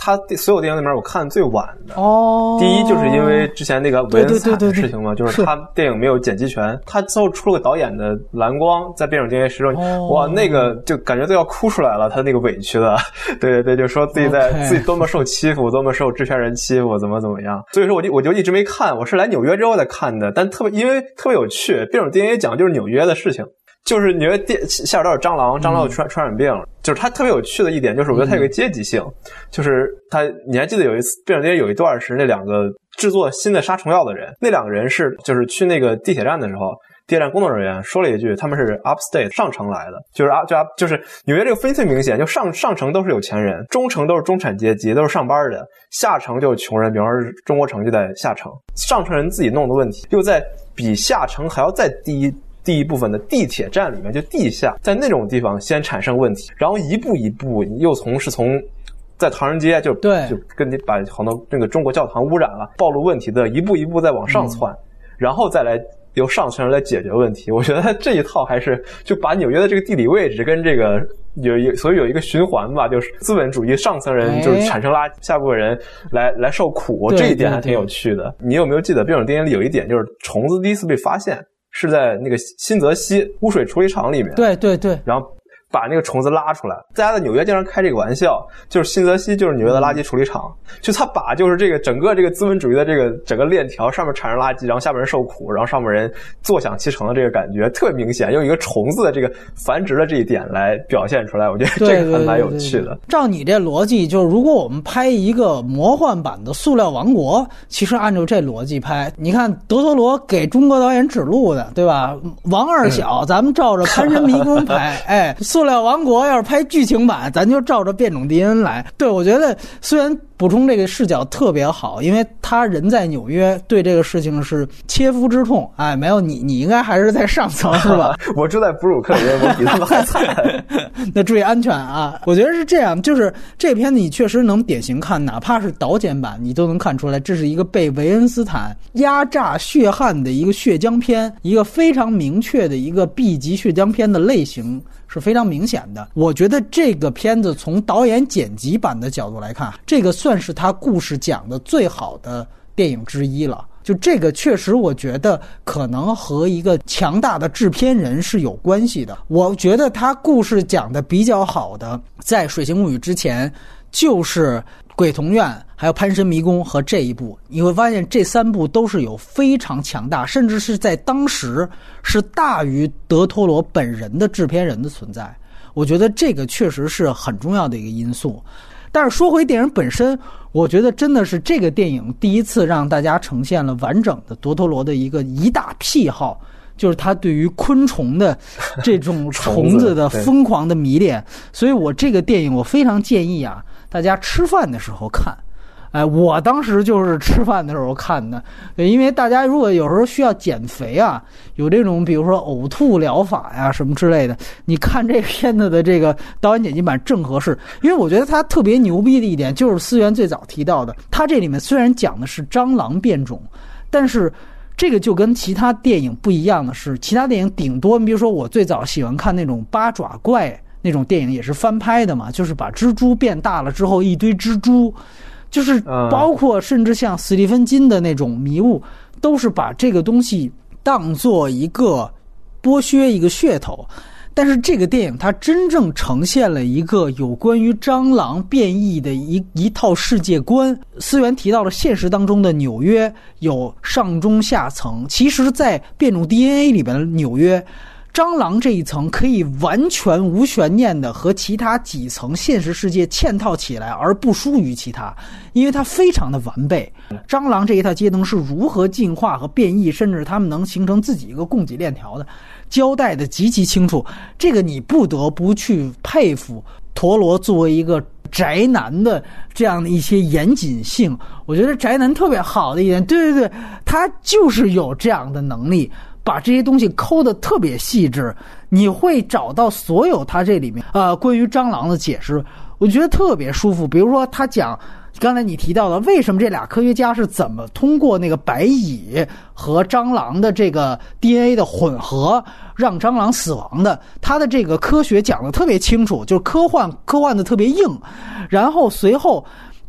他所有电影里面我看最晚的。 哦， 第一就是因为之前那个韦恩斯坦的事情嘛，就是他电影没有剪辑权，他最后出了个导演的蓝光，在变种 DNA 时候，哇，那个就感觉都要哭出来了，他那个委屈的，对，就说自己自己多么受欺负，多么受制片人欺负，怎么样。所以说我就一直没看，我是来纽约之后才看的，但因为特别有趣，变种 DNA 讲就是纽约的事情。就是纽约下水道有蟑螂有传染病，就是它特别有趣的一点，就是我觉得它有个阶级性，就是你还记得有一次变种 DNA 有一段是那两个制作新的杀虫药的人，那两个人就是去那个地铁站的时候，地铁站工作人员说了一句，他们是 upstate 上城来的，就是纽约这个分最明显，就上城都是有钱人，中城都是中产阶级，都是上班的，下城就是穷人，比方说中国城就在下城，上城人自己弄的问题又在比下城还要再第一部分的地铁站里面，就地下，在那种地方先产生问题，然后一步一步又从在唐人街就跟你把好多那个中国教堂污染了，暴露问题的一步一步再往上窜，然后再来由上层人来解决问题。我觉得这一套还是就把纽约的这个地理位置跟这个所以有一个循环吧，就是资本主义上层人就是产生垃圾，下部分人来受苦，这一点还挺有趣的。你有没有记得变种 DNA 里有一点，就是虫子第一次被发现是在那个新泽西污水处理厂里面， 对， 然后把那个虫子拉出来。大家在纽约经常开这个玩笑，就是新泽西就是纽约的垃圾处理厂，就他把就是这个整个这个资本主义的这个整个链条上面产生垃圾，然后下面人受苦，然后上面人坐享其成的这个感觉特别明显，用一个虫子的这个繁殖的这一点来表现出来，我觉得这个还蛮有趣的。 照你这逻辑，就是如果我们拍一个魔幻版的塑料王国，其实按照这逻辑拍，你看德托罗给中国导演指路的，对吧？王二小咱们照着潘神迷宫拍，塑料王国要是拍剧情版，咱就照着变种 DNA 来。对，我觉得虽然补充这个视角特别好，因为他人在纽约，对这个事情是切肤之痛。没有你应该还是在上层是吧？ 我住在布鲁克林，我比他们还惨。 那注意安全啊！我觉得是这样，就是这片子你确实能典型看，哪怕是导剪版，你都能看出来，这是一个被韦恩斯坦压榨血汗的一个血浆片，一个非常明确的一个 B 级血浆片的类型。是非常明显的。我觉得这个片子从导演剪辑版的角度来看，这个算是他故事讲的最好的电影之一了。就这个确实我觉得可能和一个强大的制片人是有关系的。我觉得他故事讲的比较好的，在《水形物语》之前就是鬼童院还有潘神迷宫和这一部，你会发现这三部都是有非常强大，甚至是在当时是大于德托罗本人的制片人的存在。我觉得这个确实是很重要的一个因素。但是说回电影本身，我觉得真的是这个电影第一次让大家呈现了完整的德托罗的一大癖好，就是他对于昆虫的这种虫子的疯狂的迷恋。所以我这个电影我非常建议啊，大家吃饭的时候看。我当时就是吃饭的时候看的，因为大家如果有时候需要减肥啊，有这种比如说呕吐疗法呀什么之类的，你看这片子的这个导演剪辑版正合适。因为我觉得它特别牛逼的一点就是思源最早提到的，它这里面虽然讲的是蟑螂变种，但是这个就跟其他电影不一样的是，其他电影顶多比如说我最早喜欢看那种八爪怪那种电影，也是翻拍的嘛，就是把蜘蛛变大了之后一堆蜘蛛，就是包括甚至像史蒂芬金的那种迷雾，都是把这个东西当做一个剥削一个噱头。但是这个电影它真正呈现了一个有关于蟑螂变异的一套世界观。思源提到了现实当中的纽约有上中下层，其实在变种 DNA 里边的纽约，蟑螂这一层可以完全无悬念的和其他几层现实世界嵌套起来，而不输于其他，因为它非常的完备。蟑螂这一套阶层是如何进化和变异，甚至它们能形成自己一个供给链条的，交代的极其清楚。这个你不得不去佩服陀螺作为一个宅男的这样的一些严谨性。我觉得宅男特别好的一点，对，他就是有这样的能力，把这些东西抠得特别细致，你会找到所有他这里面关于蟑螂的解释，我觉得特别舒服。比如说他讲刚才你提到的，为什么这俩科学家是怎么通过那个白蚁和蟑螂的这个 DNA 的混合让蟑螂死亡的，他的这个科学讲得特别清楚，就是科幻的特别硬。然后随后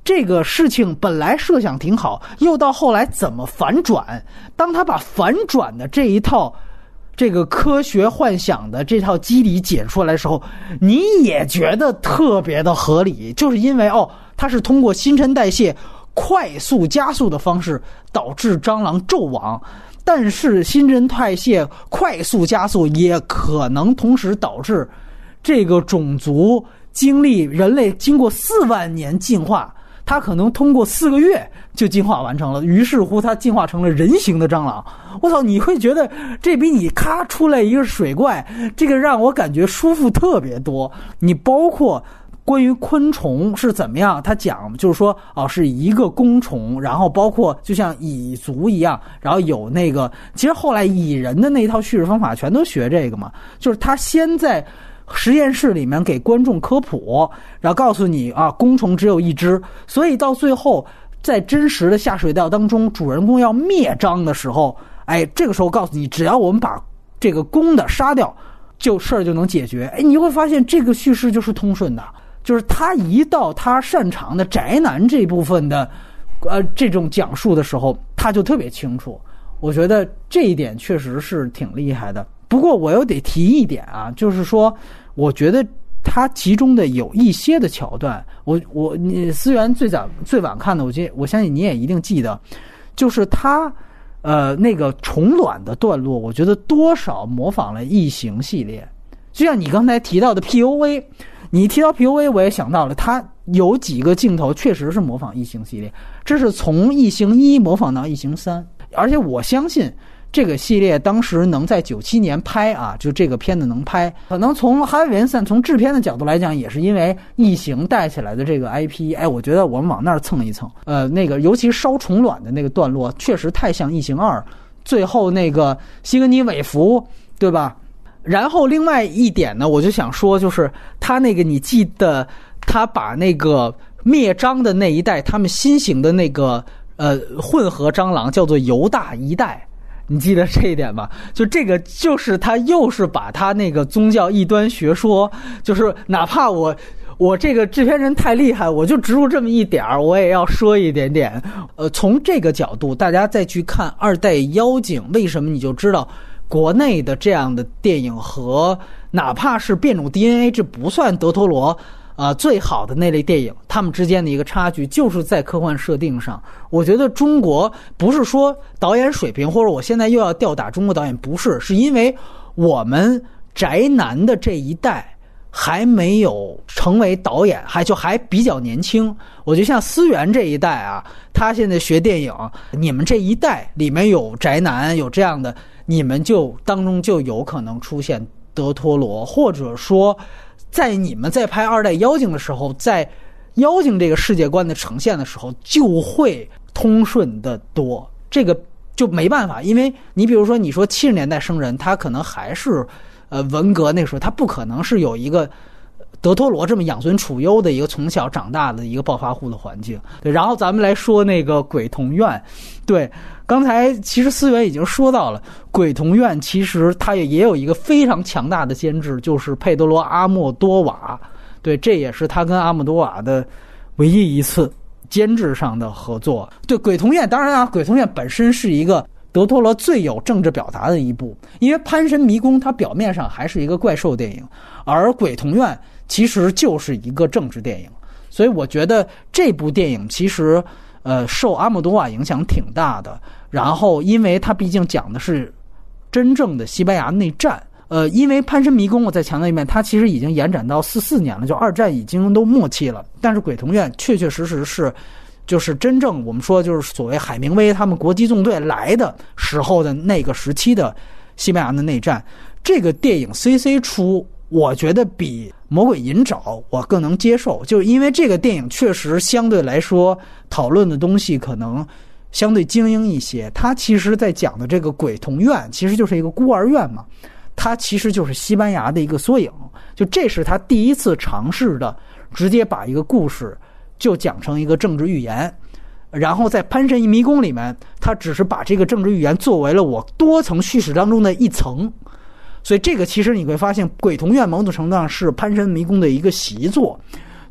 这个事情本来设想挺好，又到后来怎么反转，当他把反转的这一套这个科学幻想的这套机理解出来的时候，你也觉得特别的合理，就是因为它是通过新陈代谢快速加速的方式导致蟑螂纣亡，但是新陈代谢快速加速也可能同时导致这个种族人类经过4万年进化，它可能通过4个月就进化完成了，于是乎它进化成了人形的蟑螂。我操，你会觉得这比你咔出来一个水怪，这个让我感觉舒服特别多。你包括关于昆虫是怎么样，他讲就是说是一个工虫，然后包括就像蚁族一样，然后有那个其实后来蚁人的那一套叙事方法全都学这个嘛，就是他先在实验室里面给观众科普，然后告诉你工虫只有一只，所以到最后在真实的下水道当中，主人公要灭蟑的时候，这个时候告诉你，只要我们把这个公的杀掉，事儿就能解决。你会发现这个叙事就是通顺的，就是他一到他擅长的宅男这部分的这种讲述的时候，他就特别清楚。我觉得这一点确实是挺厉害的。不过我又得提一点就是说我觉得它其中的有一些的桥段，你思源最晚看的，我相信你也一定记得，就是它那个虫卵的段落，我觉得多少模仿了异形系列。就像你刚才提到的 POV， 你提到 POV 我也想到了，它有几个镜头确实是模仿异形系列，这是从异形1模仿到异形3，而且我相信这个系列当时能在97年拍就这个片子能拍，可能从哈维·韦恩斯坦从制片的角度来讲，也是因为异形带起来的这个 IP， 我觉得我们往那儿蹭一蹭。那个尤其烧虫卵的那个段落，确实太像异形2，最后那个西格尼韦弗，对吧？然后另外一点呢，我就想说，就是他那个你记得他把那个灭蟑的那一代，他们新型的那个混合蟑螂叫做犹大一代。你记得这一点吧？就这个，就是他又是把他那个宗教异端学说，就是哪怕我这个制片人太厉害，我就植入这么一点我也要说一点点。从这个角度，大家再去看2代妖精，为什么你就知道国内的这样的电影和哪怕是变种 DNA， 这不算德托罗最好的那类电影，他们之间的一个差距就是在科幻设定上。我觉得中国不是说导演水平，或者我现在又要吊打中国导演，不是，是因为我们宅男的这一代还没有成为导演，还比较年轻。我觉得像思源这一代他现在学电影，你们这一代里面有宅男，有这样的，你们就当中就有可能出现德托罗，或者说在你们在拍2代妖精的时候，在妖精这个世界观的呈现的时候，就会通顺的多。这个就没办法，因为你比如说你说70年代生人，他可能还是文革那个时候，他不可能是有一个德托罗这么养尊处优的一个从小长大的一个暴发户的环境。对，然后咱们来说那个鬼童院。对，刚才其实思源已经说到了，鬼童院其实它也有一个非常强大的监制，就是佩德罗·阿莫多瓦。对，这也是他跟阿莫多瓦的唯一一次监制上的合作。对，鬼童院当然鬼童院本身是一个德托罗最有政治表达的一部，因为潘神迷宫它表面上还是一个怪兽电影，而鬼童院其实就是一个政治电影。所以我觉得这部电影其实受阿莫多瓦影响挺大的。然后因为它毕竟讲的是真正的西班牙内战，因为潘神迷宫我再强调一遍，它其实已经延展到44年了，就2战已经都末期了。但是鬼童院确确实实是就是真正我们说就是所谓海明威他们国际纵队来的时候的那个时期的西班牙的内战。这个电影 CC 出，我觉得比魔鬼银爪我更能接受，就是因为这个电影确实相对来说讨论的东西可能相对精英一些。它其实在讲的这个鬼童院其实就是一个孤儿院嘛，它其实就是西班牙的一个缩影。就这是他第一次尝试的直接把一个故事就讲成一个政治寓言，然后在潘神迷宫里面他只是把这个政治寓言作为了我多层叙事当中的一层。所以这个其实你会发现鬼童院某种程度上是潘神迷宫的一个习作，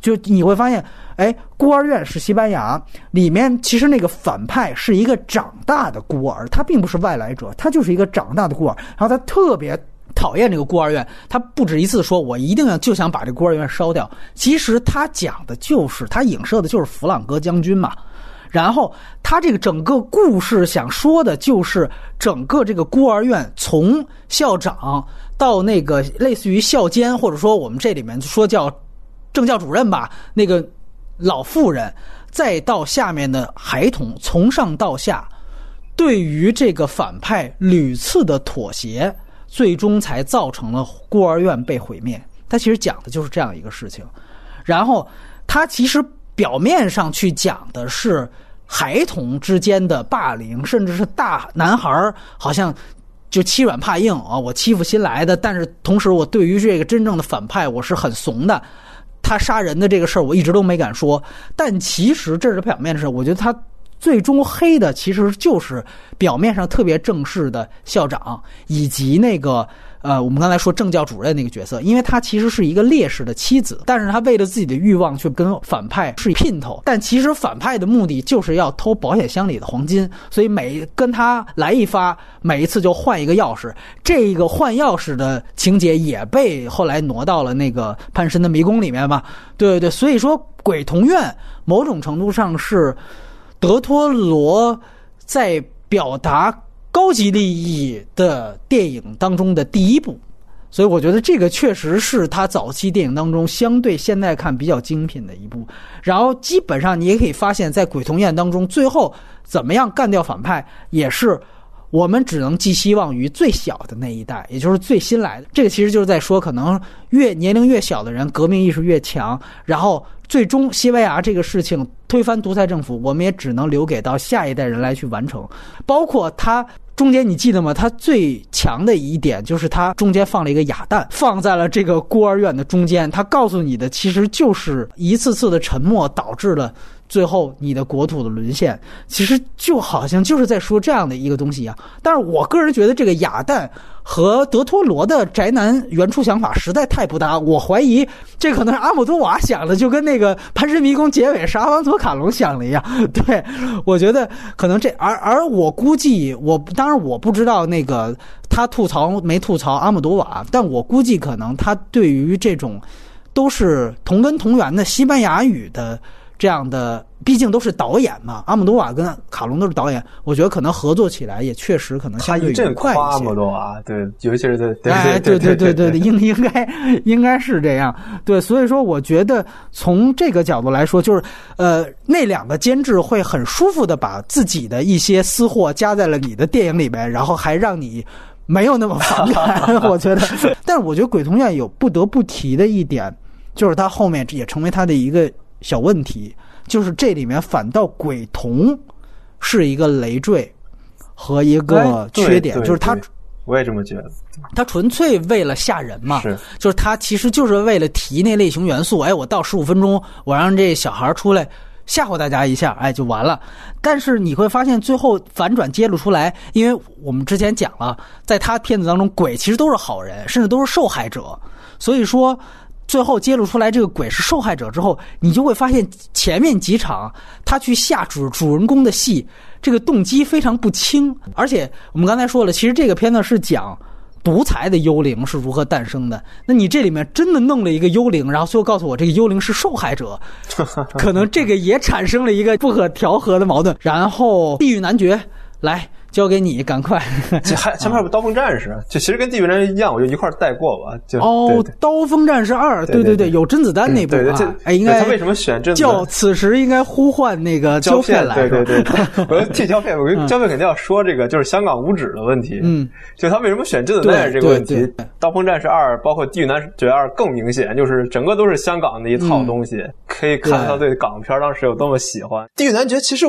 就你会发现，孤儿院是西班牙里面，其实那个反派是一个长大的孤儿，他并不是外来者，他就是一个长大的孤儿，然后他特别讨厌这个孤儿院，他不止一次说我一定就想把这孤儿院烧掉。其实他讲的就是他影射的就是弗朗哥将军嘛。然后他这个整个故事想说的就是整个这个孤儿院从校长到那个类似于校监，或者说我们这里面说叫政教主任吧，那个老妇人，再到下面的孩童，从上到下对于这个反派屡次的妥协，最终才造成了孤儿院被毁灭。他其实讲的就是这样一个事情。然后他其实表面上去讲的是孩童之间的霸凌，甚至是大男孩好像就欺软怕硬啊，我欺负新来的，但是同时我对于这个真正的反派我是很怂的，他杀人的这个事儿我一直都没敢说。但其实这是表面的事，我觉得他最终黑的其实就是表面上特别正式的校长，以及那个我们刚才说政教主任那个角色，因为他其实是一个烈士的妻子，但是他为了自己的欲望去跟反派是姘头，但其实反派的目的就是要偷保险箱里的黄金，所以跟他来一发，每一次就换一个钥匙。这个换钥匙的情节也被后来挪到了那个潘神的迷宫里面嘛。对对对，所以说鬼童院某种程度上是德托罗在表达高级利益的电影当中的第一部，所以我觉得这个确实是他早期电影当中相对现在看比较精品的一部。然后基本上你也可以发现，在鬼童院当中最后怎么样干掉反派，也是我们只能寄希望于最小的那一代，也就是最新来的。这个其实就是在说，可能年龄越小的人革命意识越强，然后最终西班牙这个事情推翻独裁政府，我们也只能留给到下一代人来去完成。包括他中间你记得吗？他最强的一点就是他中间放了一个哑弹，放在了这个孤儿院的中间，他告诉你的其实就是一次次的沉默导致了最后你的国土的沦陷，其实就好像就是在说这样的一个东西一样。但是我个人觉得这个哑弹和德托罗的宅男原初想法实在太不搭，我怀疑这可能是阿姆多瓦想的，就跟那个潘神迷宫结尾是阿方索卡隆想的一样。对，我觉得可能而我估计，当然我不知道那个他吐槽没吐槽阿姆多瓦，但我估计可能他对于这种都是同根同源的西班牙语的这样的，毕竟都是导演嘛，阿姆多瓦跟卡隆都是导演，我觉得可能合作起来也确实可能相对愉快一些。他一阵夸阿姆多瓦， 对，尤其是对，应该是这样。对，所以说我觉得从这个角度来说，就是那两个监制会很舒服的把自己的一些私货加在了你的电影里面，然后还让你没有那么反感。我觉得，但是我觉得鬼童院有不得不提的一点，就是他后面也成为他的一个小问题，就是这里面反倒鬼童是一个累赘和一个缺点，就是他， 我也这么觉得， 他纯粹为了吓人嘛，就是他其实就是为了提那类型元素，我到15分钟，我让这小孩出来吓唬大家一下，就完了。但是你会发现最后反转揭露出来，因为我们之前讲了，在他片子当中鬼其实都是好人，甚至都是受害者，所以说最后揭露出来这个鬼是受害者之后，你就会发现前面几场他去吓主人公的戏，这个动机非常不清。而且我们刚才说了，其实这个片子是讲独裁的幽灵是如何诞生的，那你这里面真的弄了一个幽灵，然后最后告诉我这个幽灵是受害者，可能这个也产生了一个不可调和的矛盾。然后地狱男爵来交给你，赶快。 前面有刀锋战士，就其实跟地狱人一样，我就一块带过吧。 刀锋战士2，对，有甄子丹那部啊。应该他为什么选甄子丹？ 此时应该呼唤那个胶片来。 对，我要替胶片，我跟胶片肯定要说这个，就是香港无纸的问题。就他为什么选甄子丹这个问题。刀锋战士2，包括地狱男爵2更明显，就是整个都是香港的一套东西，可以看到对港片当时有多么喜欢。地狱男爵，其实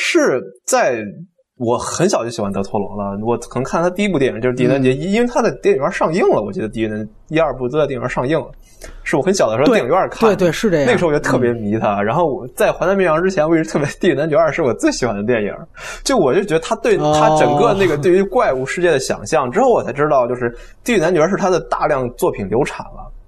我很小就喜欢德托罗了，我可能看他第一部电影就是《地狱男爵》，因为他的电影院上映了，我记得《地狱男爵》1、2部都在电影院上映了，是我很小的时候电影院看的。 对，是这样。 那个时候我就特别迷他，然后我在《环太平洋》之前，我一直特别《地狱男爵2》是我最喜欢的电影，我就觉得他对他整个那个对于怪物世界的想象，之后我才知道，就是《地狱男爵》是他的大量作品流产了。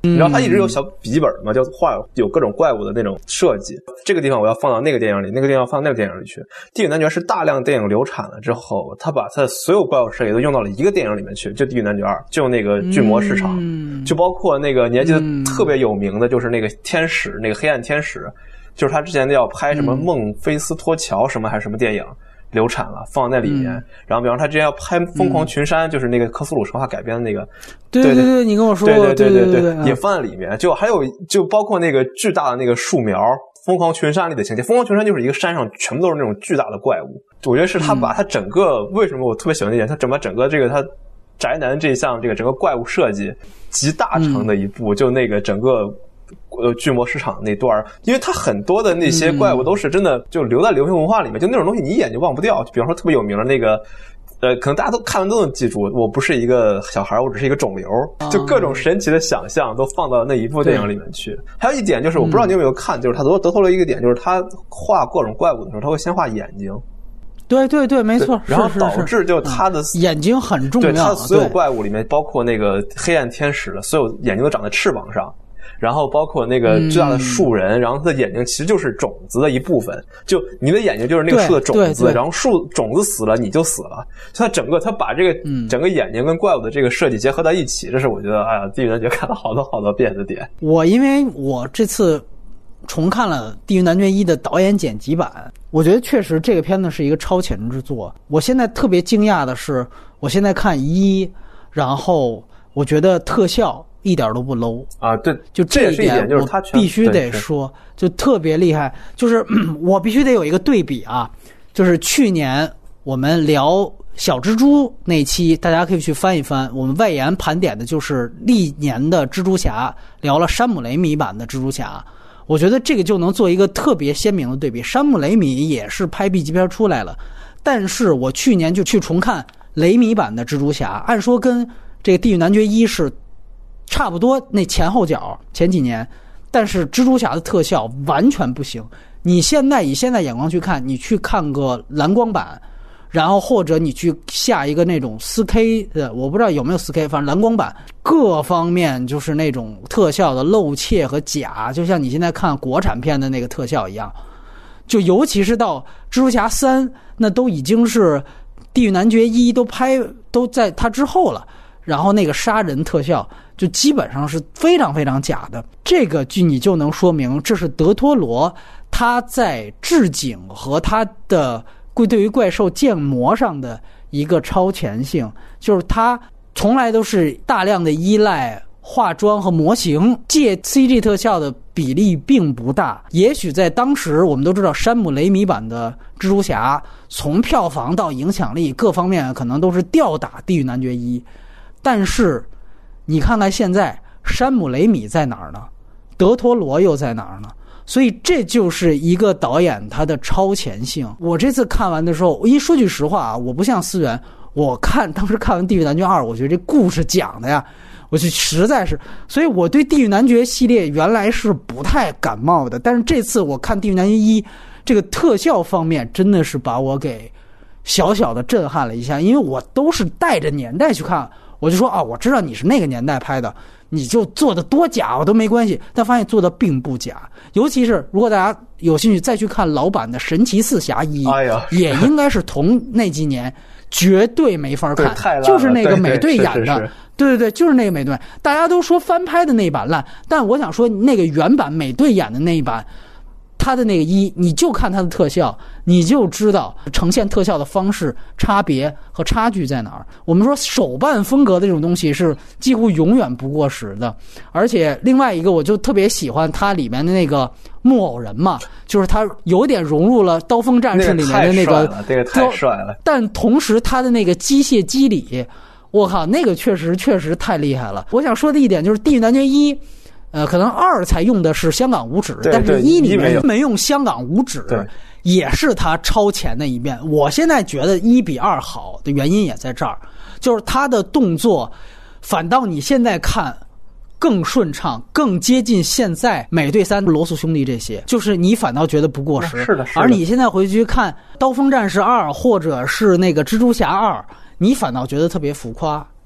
你知道他一直有小笔记本嘛，就画有各种怪物的那种设计。这个地方我要放到那个电影里，那个地方放到那个电影里去。地狱男爵是大量电影流产了之后，他把他的所有怪物设计都用到了一个电影里面去，就地狱男爵2，就那个巨魔市场，就包括那个你还记得特别有名的就是那个天使，那个黑暗天使，就是他之前要拍什么孟菲斯托乔什么还是什么电影。流产了，放在那里面。然后，比方他之前要拍《疯狂群山》，就是那个克苏鲁神话改编的那个。 对，你跟我说过，对， 也放在里面。就还有，就包括那个巨大的那个树苗，《疯狂群山》里的情节。《疯狂群山》就是一个山上全部都是那种巨大的怪物。我觉得是他把他整个，为什么我特别喜欢那点，他整个这个他宅男这一项这个整个怪物设计集大成的一部，就那个整个。巨魔市场那段，因为它很多的那些怪物都是真的就留在流行文化里面，就那种东西你一眼就忘不掉。比方说特别有名的那个，可能大家都看完都能记住。我不是一个小孩，我只是一个肿瘤，就各种神奇的想象都放到那一部电影里面去。还有一点就是，我不知道你有没有看，就是他德托罗一个点，就是他画各种怪物的时候，他会先画眼睛。 对，没错。 然后导致就他的眼睛很重要， 对他所有怪物里面，包括那个黑暗天使的所有眼睛都长在翅膀上。然后包括那个巨大的树人，然后他的眼睛其实就是种子的一部分，就你的眼睛就是那个树的种子，然后树种子死了你就死了。他他把这个整个眼睛跟怪物的这个设计结合在一起，这是我觉得地狱男爵看了好多遍的点。 因为我这次重看了《地狱男爵1》的导演剪辑版，我觉得确实这个片子是一个超前之作。我现在特别惊讶的是，我现在看1，然后我觉得特效一点都不 low 啊！对， 就这一点我必须得说，就特别厉害。就是我必须得有一个对比啊，就是去年我们聊小蜘蛛那期，大家可以去翻一翻，我们外延盘点的就是历年的蜘蛛侠，聊了山姆雷米版的蜘蛛侠。我觉得这个就能做一个特别鲜明的对比。山姆雷米也是拍 B 级片出来了，但是我去年就去重看雷米版的蜘蛛侠，按说跟这个地狱男爵1是差不多那前后脚前几年，但是蜘蛛侠的特效完全不行。你现在以现在眼光去看，你去看个蓝光版，然后或者你去下一个那种 4K 的，我不知道有没有 4K， 反正蓝光版各方面就是那种特效的露怯和假，就像你现在看国产片的那个特效一样。就尤其是到蜘蛛侠3，那都已经是地狱男爵1都在它之后了，然后那个杀人特效就基本上是非常非常假的。这个剧你就能说明这是德托罗他在置景和他的对于怪兽建模上的一个超前性，就是他从来都是大量的依赖化妆和模型，借 CG 特效的比例并不大。也许在当时我们都知道山姆雷米版的蜘蛛侠从票房到影响力各方面可能都是吊打地狱男爵1，但是你看看现在山姆雷米在哪儿呢？德托罗又在哪儿呢？所以这就是一个导演他的超前性。我这次看完的时候，因为说句实话啊，我不像思源，我当时看完《地狱男爵2》，我觉得这故事讲的呀，我就实在是，所以我对《地狱男爵》系列原来是不太感冒的。但是这次我看《地狱男爵1》，这个特效方面真的是把我给小小的震撼了一下，因为我都是带着年代去看，我就说啊，我知道你是那个年代拍的，你就做的多假我都没关系，但发现做的并不假。尤其是如果大家有兴趣再去看老版的《神奇四侠1》，也应该是同那几年，绝对没法看，就是那个美队演的，对，就是那个美队。大家都说翻拍的那一版烂，但我想说那个原版美队演的那一版，他的那个1，你就看他的特效，你就知道呈现特效的方式差别和差距在哪儿。我们说手办风格的这种东西是几乎永远不过时的。而且另外一个我就特别喜欢它里面的那个木偶人嘛，就是他有点融入了刀锋战士里面的那个， 这个太帅了。 但同时他的那个机械肌理，我靠，那个确实太厉害了。我想说的一点就是地狱男爵1，可能2才用的是香港五指，但是1里面没用香港五指，也是他超前的一面。我现在觉得1比2好的原因也在这儿，就是他的动作反倒你现在看更顺畅，更接近现在美队3、罗素兄弟这些，就是你反倒觉得不过时。 是的。 而你现在回去看刀锋战士2或者是那个蜘蛛侠2，你反倒觉得特别浮夸。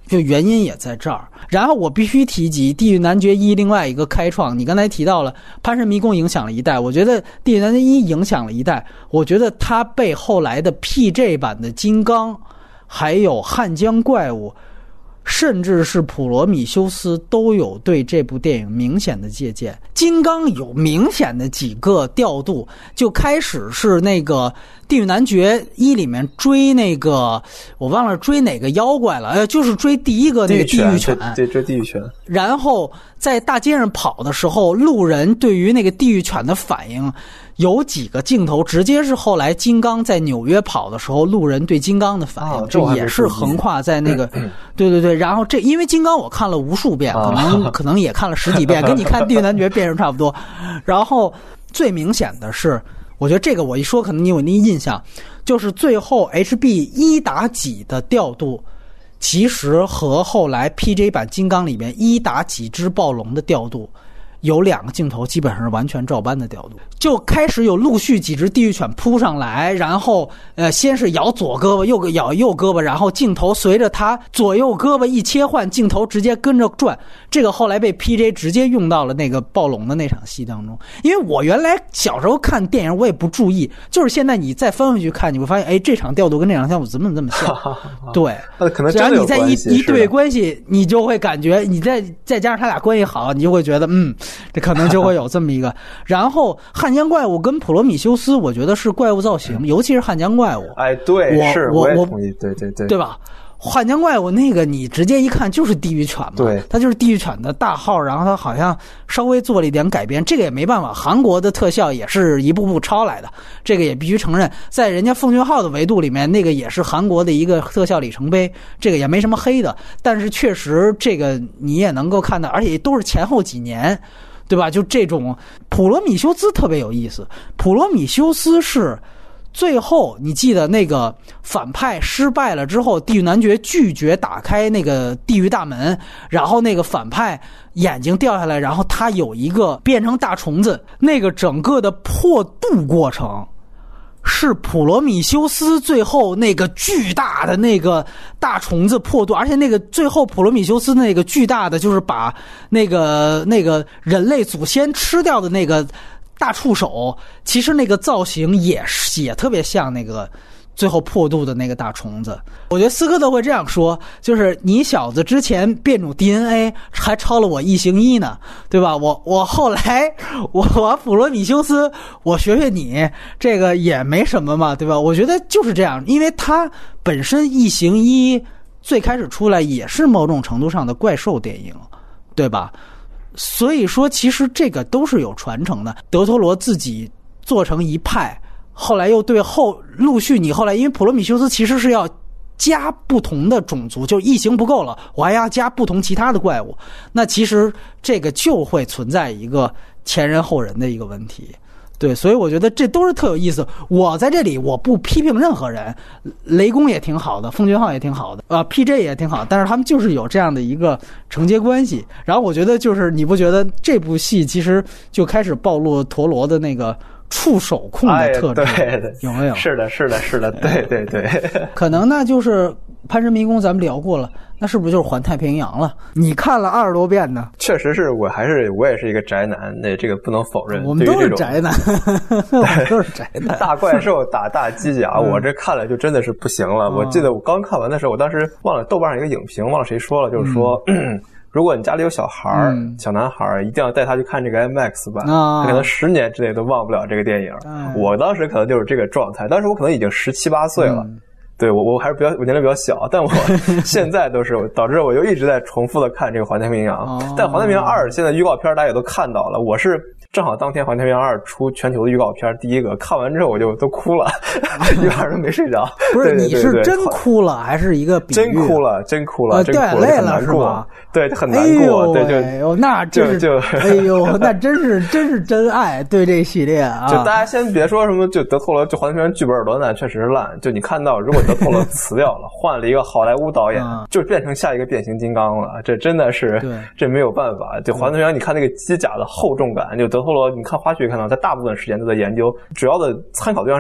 就原因也在这儿。然后我必须提及《地狱男爵一》另外一个开创，你刚才提到了潘神迷宫影响了一代，我觉得《地狱男爵一》影响了一代，我觉得它被后来的 PJ 版的金刚，还有汉江怪物，甚至是普罗米修斯都有对这部电影明显的借鉴。金刚有明显的几个调度，就开始是那个地狱男爵一里面追那个我忘了追哪个妖怪了，就是追第一个那个地狱犬， 对，追地狱犬。 然后在大街上跑的时候，路人对于那个地狱犬的反应，有几个镜头直接是后来金刚在纽约跑的时候，路人对金刚的反应，这也是横跨在那个，对对对。然后这因为金刚我看了无数遍，可能也看了10几遍，跟你看地狱男爵变成差不多。然后最明显的是，我觉得这个我一说可能你有那印象，就是最后 HB 1打几的调度，其实和后来 PJ 版金刚里面1打几只暴龙的调度有2个镜头基本上是完全照搬的调度，就开始有陆续几只地狱犬扑上来，然后先是咬左胳膊又咬右胳膊，然后镜头随着它左右胳膊一切换，镜头直接跟着转。这个后来被 PJ 直接用到了那个暴龙的那场戏当中。因为我原来小时候看电影我也不注意，就是现在你再翻回去看，你会发现哎，这场调度跟这场调度怎么这么像？对， 那可能真的有关系。 然后你再一对关系，你就会感觉你再加上他俩关系好，你就会觉得这可能就会有这么一个。然后汉江怪物跟普罗米修斯，我觉得是怪物造型，尤其是汉江怪物。 哎，对，是我也同意，对对对， 对吧？汉江怪物那个你直接一看就是地狱犬嘛， 对， 它就是地狱犬的大号，然后它好像稍微做了一点改编，这个也没办法，韩国的特效也是一步步抄来的，这个也必须承认，在人家奉俊昊的维度里面，那个也是韩国的一个特效里程碑，这个也没什么黑的，但是确实这个你也能够看到，而且都是前后几年，对吧？就这种普罗米修斯特别有意思，普罗米修斯是最后你记得那个反派失败了之后，地狱男爵拒绝打开那个地狱大门，然后那个反派眼睛掉下来，然后他有一个变成大虫子，那个整个的破肚过程是普罗米修斯最后那个巨大的那个大虫子破肚，而且那个最后普罗米修斯那个巨大的就是把那个人类祖先吃掉的那个大触手，其实那个造型也特别像那个最后破肚的那个大虫子。我觉得斯科特会这样说，就是你小子之前变种 DNA 还超了我异形1呢，对吧？我后来我普罗米修斯我学你，这个也没什么嘛，对吧？我觉得就是这样，因为他本身异形1最开始出来也是某种程度上的怪兽电影，对吧？所以说其实这个都是有传承的，德托罗自己做成一派，后来又对陆续你后来因为普罗米修斯其实是要加不同的种族，就异形不够了，我还要加不同其他的怪物，那其实这个就会存在一个前人后人的一个问题。对，所以我觉得这都是特有意思。我在这里我不批评任何人，雷公也挺好的，奉俊昊也挺好的，PJ 也挺好，但是他们就是有这样的一个承接关系。然后我觉得就是你不觉得这部戏其实就开始暴露陀螺的那个触手控的特质， 对的， 有没有？ 是的，是的，是的，对对对。 可能呢就是潘神迷宫咱们聊过了，那是不是就是环太平洋了？你看了20多遍呢？ 确实是我也是一个宅男，那这个不能否认。 我们都是宅男，我们都是宅男。 大怪兽打大机甲，我这看了就真的是不行了。我记得我刚看完的时候，我当时忘了豆瓣上一个影评，忘了谁说了，就是说。如果你家里有小孩小男孩一定要带他去看这个 IMAX 版，他可能10年之内都忘不了这个电影。我当时可能就是这个状态，当时我可能已经17、18岁了。对，我还是我年龄比较小，但我现在都是导致我就一直在重复的看这个环太平洋。但环太平洋2现在预告片大家也都看到了，我是正好当天环太平洋2出全球的预告片第一个，看完之后我就都哭了，一晚上都没睡着。 不是， 对对对对， 你是真哭了还是一个比喻？ 真哭了，真哭了， 掉眼泪了是吧？ 对，很难过。对， 就那真是哎呦，那真是真爱对这系列啊！ 就大家先别说什么，就德托罗就环太平洋剧本多烂，确实是烂。就你看到，如果德托罗辞掉了，换了一个好莱坞导演，就变成下一个变形金刚了。这真的是，这没有办法。就环太平洋，你看那个机甲的厚重感，就德托罗，你看花絮看到，他大部分时间都在研究，主要的参考对象是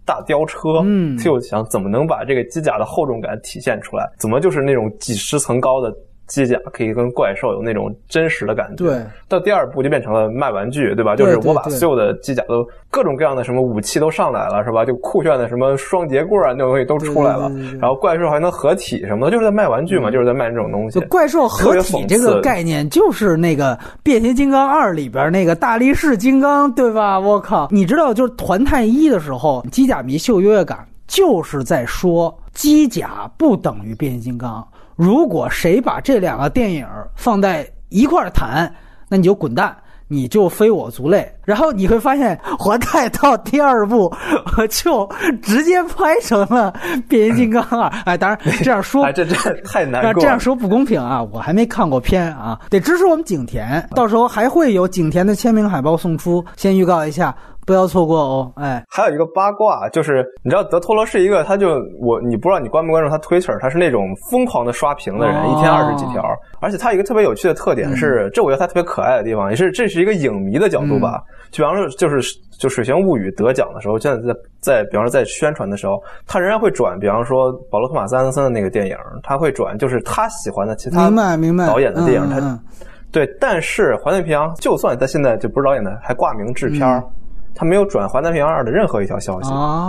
大吊车，就想怎么能把这个机甲的厚重感体现出来，怎么就是那种几十层高的机甲可以跟怪兽有那种真实的感觉。 对， 到第二部就变成了卖玩具，对吧？就是我把所有的机甲都各种各样的什么武器都上来了，是吧？就酷炫的什么双节棍啊那种东西都出来了，然后怪兽还能合体什么的，就是在卖玩具嘛，就是在卖这种东西。 怪兽合体这个概念就是那个变形金刚2里边那个大力士金刚，对吧？我靠，你知道就是团太一的时候，机甲迷秀优越感就是在说机甲不等于变形金刚。如果谁把这两个电影放在一块谈，那你就滚蛋，你就非我族类。然后你会发现环太到第二部就直接拍成了变形金刚2。哎，当然这样说这太难过， 这样说不公平啊，我还没看过片啊，得支持我们景田，到时候还会有景田的签名海报送出，先预告一下，不要错过哦。哎， 还有一个八卦，就是你知道德托罗是一个，你不知道你关不关注他 Twitter， 他是那种疯狂的刷屏的人，一天20几条，而且他有一个特别有趣的特点是，这我觉得他特别可爱的地方，也是这是一个影迷的角度吧。就比方说，就水形物语得奖的时候，现在比方说在宣传的时候，他仍然会转，比方说保罗·托马斯·安德森的那个电影，他会转，就是他喜欢的其他导演的电影，他对。但是环太平洋，就算他现在就不是导演的，还挂名制片他没有转环太平洋2的任何一条消息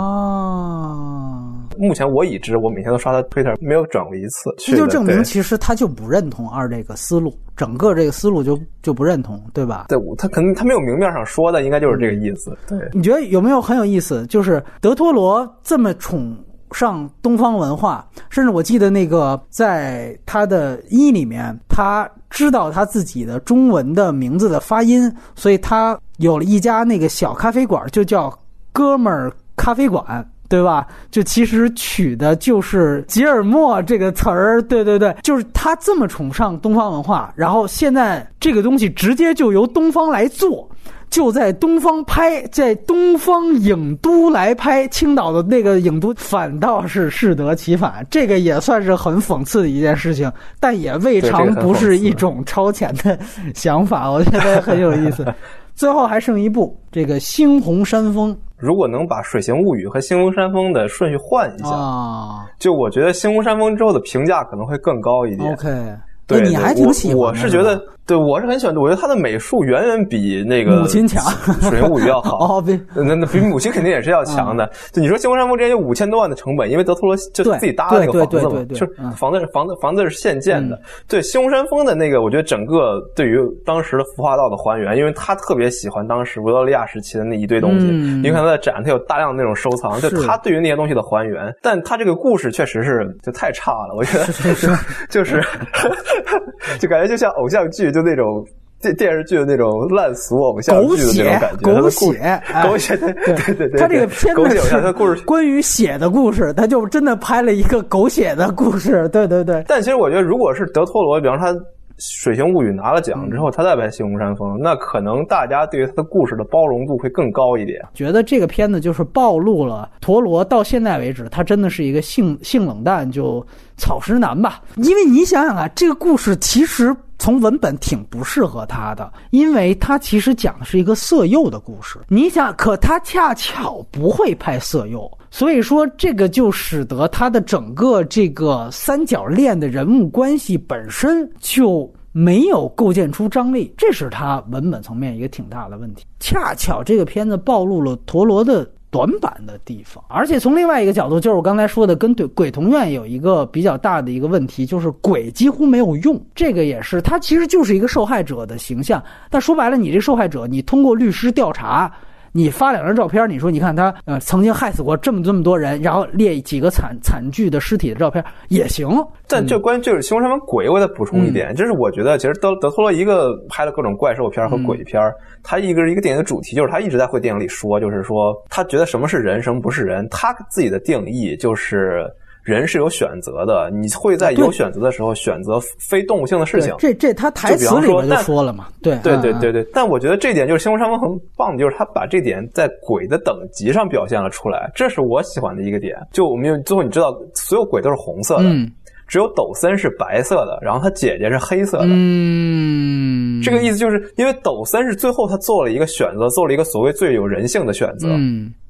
目前我已知，我每天都刷他 Twitter， 没有转过一次。 这就证明其实他就不认同2这个思路，整个这个思路就不认同，对吧？ 对，他可能他没有明面上说的，应该就是这个意思。对， 你觉得有没有很有意思？就是德托罗这么宠上东方文化，甚至我记得那个在他的里面，他知道他自己的中文的名字的发音，所以他有了一家那个小咖啡馆，就叫哥们儿咖啡馆，对吧？就其实取的就是吉尔莫这个词儿，对对对，就是他这么崇尚东方文化，然后现在这个东西直接就由东方来做，就在东方拍，在东方影都来拍，青岛的那个影都反倒是适得其反，这个也算是很讽刺的一件事情，但也未尝不是一种超前的想法，我觉得很有意思。最后还剩一部，这个《猩红山峰》。 如果能把《水形物语》和《猩红山峰》的顺序换一下，就我觉得《猩红山峰》之后的评价可能会更高一点。 OK。 对， 你还挺喜欢的。 我是觉得，对，我是很喜欢的。我觉得他的美术远远比那个母亲强， 水形物语要好。那比母亲肯定也是要强的。就你说《猩红山峰》之前有5000多万的成本，因为德托罗就自己搭了那个房子嘛，就是房子是现建的。对，《猩红山峰》的那个，我觉得整个对于当时的服化道的还原，因为他特别喜欢当时维多利亚时期的那一堆东西。你看他的展，他有大量的那种收藏，就他对于那些东西的还原。但他这个故事确实是就太差了，我觉得就是就感觉就像偶像剧，就那种电视剧的那种烂俗偶像剧的那种感觉， 狗血，对，他这个片子是关于血的故事，他就真的拍了一个狗血的故事，对。 但其实我觉得，如果是德托罗，比方说他《水形物语》拿了奖之后，他再拍《猩红山峰》，那可能大家对于他的故事的包容度会更高一点。 觉得这个片子就是暴露了陀螺到现在为止，他真的是一个性冷淡就草食男吧。因为你想想啊，这个故事其实从文本挺不适合他的，因为他其实讲的是一个色诱的故事。你想，可他恰巧不会拍色诱，所以说这个就使得他的整个这个三角恋的人物关系本身就没有构建出张力，这是他文本层面一个挺大的问题。恰巧这个片子暴露了陀螺的短板的地方，而且从另外一个角度，就是我刚才说的，跟鬼同院有一个比较大的一个问题，就是鬼几乎没有用。这个也是，他其实就是一个受害者的形象，但说白了，你这受害者，你通过律师调查，你发2张照片，你说你看他曾经害死过这么多人，然后列几个惨剧的尸体的照片也行。 但这关于就是《猩红山峰》鬼，我再补充一点，就是我觉得其实德托罗一个拍了各种怪兽片和鬼片，他一个电影的主题就是他一直在会电影里说，就是说他觉得什么是人，什么不是人，他自己的定义就是人是有选择的，你会在有选择的时候选择非动物性的事情。 这他台词里面就说了嘛。对。 但我觉得这点就是《猩红山峰》很棒的，就是他把这点在鬼的等级上表现了出来，这是我喜欢的一个点。就我们最后你知道，所有鬼都是红色的，只有抖森是白色的，然后他姐姐是黑色的。这个意思就是因为抖森是最后他做了一个选择，做了一个所谓最有人性的选择。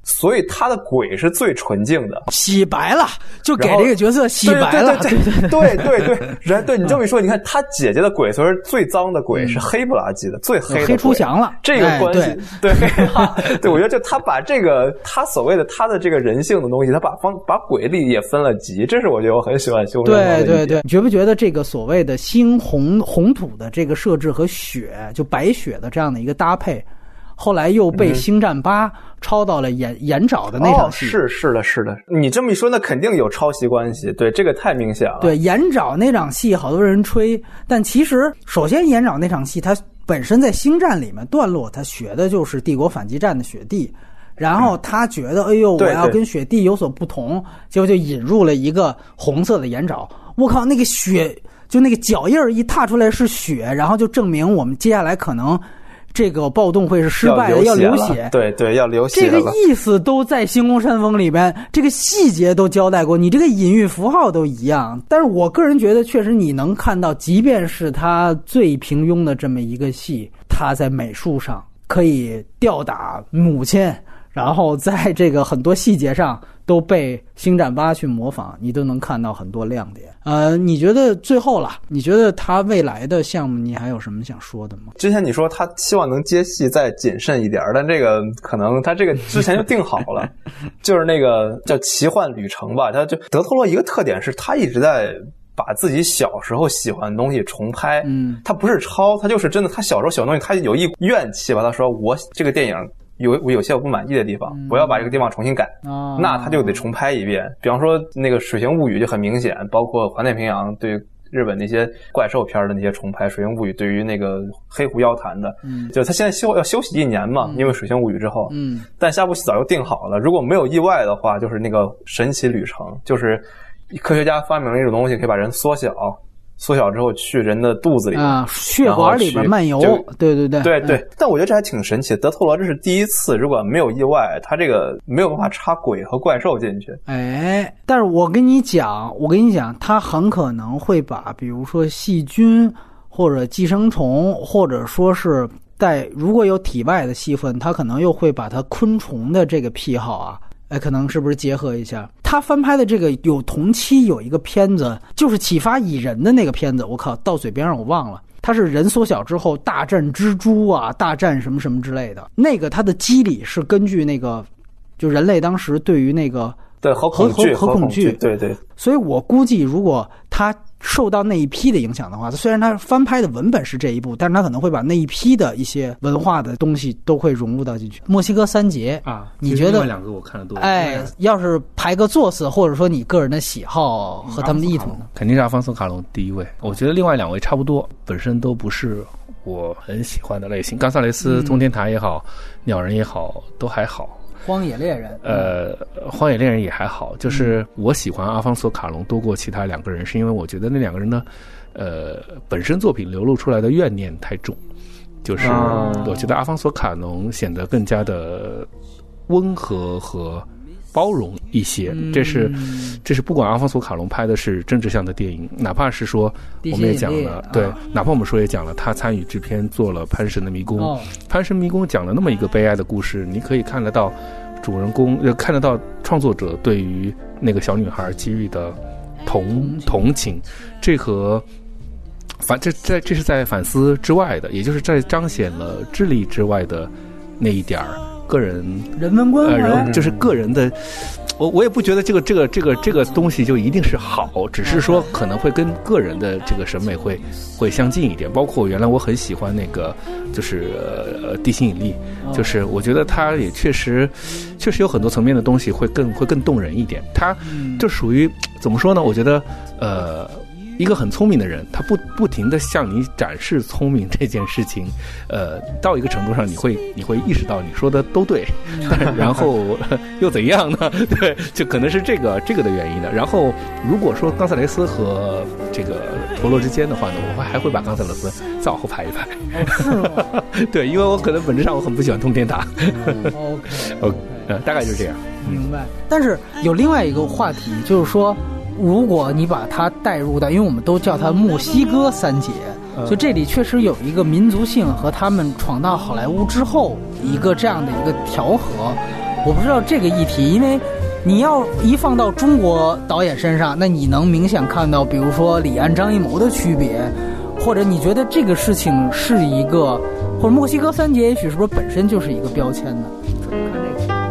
所以他的鬼是最纯净的， 洗白了，就给这个角色洗白了。 对，你这么一说，你看他姐姐的鬼虽然最脏的鬼是黑不拉几的，最黑的鬼， 黑出翔了。 这个关系，对，我觉得就他把这个他所谓的他的这个人性的东西，他把鬼力也分了级，这是我觉得我很喜欢修真的。 对，你觉不觉得这个所谓的猩红土的这个设置和血，就白血的这样的一个搭配？后来又被星战8抄到了眼爪的那场戏。 是的，你这么一说，那肯定有抄袭关系。对，这个太明显了。 对，眼爪那场戏，好多人吹，但其实首先眼爪那场戏，它本身在星战里面段落，它学的就是帝国反击战的雪地，然后他觉得，哎呦，我要跟雪地有所不同，结果就引入了一个红色的眼爪。我靠，那个血，就那个脚印一踏出来是血，然后就证明我们接下来可能。这个暴动会是失败的，要流血。 对，要流血了。 这个意思都在《星空山峰》里边，这个细节都交代过，你这个隐喻符号都一样。但是我个人觉得，确实你能看到，即便是他最平庸的这么一个戏，他在美术上可以吊打母亲，然后在这个很多细节上都被星战8去模仿，你都能看到很多亮点。你觉得最后了？你觉得他未来的项目，你还有什么想说的吗？ 之前你说他希望能接戏再谨慎一点，但这个可能他这个之前就定好了，就是那个叫奇幻旅程吧。他就德托罗一个特点是他一直在把自己小时候喜欢的东西重拍，他不是抄，他就是真的，他小时候喜欢的东西，他有一怨气吧，他说我这个电影。有些我不满意的地方，我要把这个地方重新改，那他就得重拍一遍。比方说那个《水形物语》就很明显，包括环太平洋对日本那些怪兽片的那些重拍，《水形物语》对于那个黑狐妖谈的，就他现在要休息1年嘛，因为《水形物语》之后，但下部戏早就定好了。如果没有意外的话，就是那个神奇旅程，就是科学家发明了一种东西，可以把人缩小之后去人的肚子里血管里边漫游。对， 但我觉得这还挺神奇的。德托罗这是第一次，如果没有意外，他这个没有办法插鬼和怪兽进去。 但是我跟你讲，他很可能会把比如说细菌或者寄生虫，或者说是如果有体外的戏份，他可能又会把他昆虫的这个癖好可能是不是结合一下？他翻拍的这个同期有一个片子，就是启发蚁人的那个片子，我靠，到嘴边上我忘了。他是人缩小之后大战蜘蛛大战什么什么之类的。那个他的机理是根据那个，就人类当时对于那个核恐惧，对。 所以我估计，如果他受到那一批的影响的话，虽然他翻拍的文本是这一部，但是他可能会把那一批的一些文化的东西都会融入到进去。墨西哥三杰你觉得另外2个我看的多？ 要是排个座次，或者说你个人的喜好和他们的意图呢？ 肯定是阿方索卡隆第一位。我觉得另外2位差不多，本身都不是我很喜欢的类型。冈萨雷斯、通天塔也好，鸟人也好，都还好。 荒野猎人， 荒野猎人也还好，就是我喜欢阿方索卡隆多过其他2个人，是因为我觉得那2个人呢，本身作品流露出来的怨念太重，就是我觉得阿方索卡隆显得更加的温和和包容一些。这是不管阿方索卡隆拍的是政治向的电影，哪怕是说我们也讲了，对，哪怕我们说也讲了，他参与制片做了《潘神的迷宫》，潘神迷宫讲了那么一个悲哀的故事，你可以看得到主人公，看得到创作者对于那个小女孩给予的同情，这和这是在反思之外的，也就是在彰显了智力之外的那一点个人人文关怀， 就是个人的。我也不觉得这个东西就一定是好，只是说可能会跟个人的这个审美会相近一点。包括原来我很喜欢那个就是地心引力，就是我觉得它也确实有很多层面的东西会更动人一点。它就属于怎么说呢？我觉得一个很聪明的人，他不停地向你展示聪明这件事情，到一个程度上，你会意识到你说的都对，然后又怎样呢？对，就可能是这个的原因的。然后，如果说冈萨雷斯和这个陀螺之间的话呢，我还会把冈萨雷斯再往后排一排。 是吗？ 对，因为我可能本质上我很不喜欢通天塔。OK， 大概就是这样。 明白。但是有另外一个话题，就是说，如果你把它带入到，因为我们都叫它墨西哥三杰，所以这里确实有一个民族性和他们闯到好莱坞之后一个这样的一个调和。 我不知道这个议题，因为你要一放到中国导演身上，那你能明显看到，比如说李安、张艺谋的区别，或者你觉得这个事情是一个，或者墨西哥三杰也许是不是本身就是一个标签呢？怎么看这个？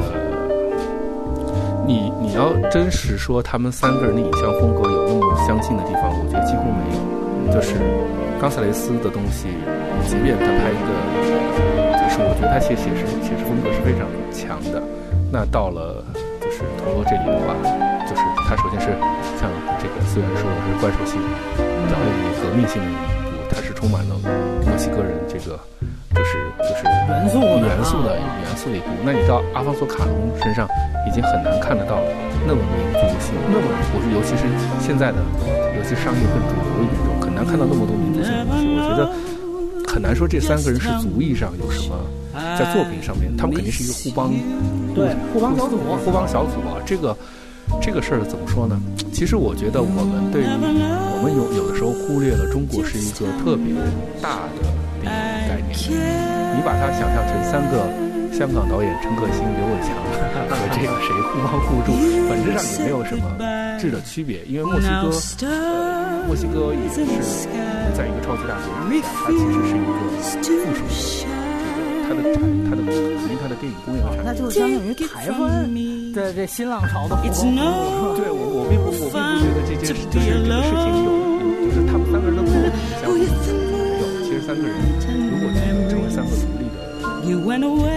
你要真是说他们三个人的影像风格有那么相近的地方，我觉得几乎没有。就是冈萨雷斯的东西，即便他拍一个，就是我觉得他写实风格是非常强的。那到了就是陀螺这里的话，就是他首先是像这个虽然说的是怪兽系，然后有革命性的一部，它是充满了墨西哥人这个就是元素的一部。那你到阿方索卡隆身上已经很难看得到那么民族性，那么我说尤其是现在的，尤其商业更主流一点，就很难看到那么多民族性的东西。我觉得很难说这三个人是族裔上有什么，在作品上面他们肯定是一个互帮小组啊。这个事儿怎么说呢？其实我觉得我们有的时候忽略了中国是一个特别大的电影概念。你把它想象成三个香港导演陈可辛、刘伟强和这个谁互帮互助，本质上也没有什么质的区别。因为墨西哥也是在一个超级大国，它其实是一个附属的。它的电影工业的产品， 那就是相当于台湾的这新浪潮的互动。 对，我并不觉得这件事就是这个事情有，就是他们三个人的共同相互有。其实三个人如果成为三个独立的很有成就的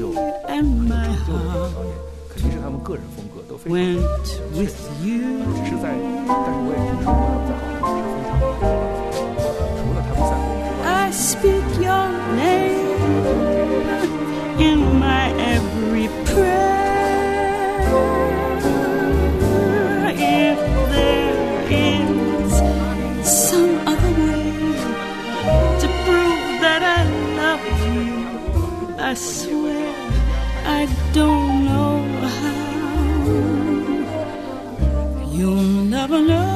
导演，肯定是他们个人风格都非常确定。只是但是我也听说过他们在好莱坞是非常除了他们三个人之外。 In my every prayer, if there is some other way to prove that I love you, I swear I don't know how. You'll never know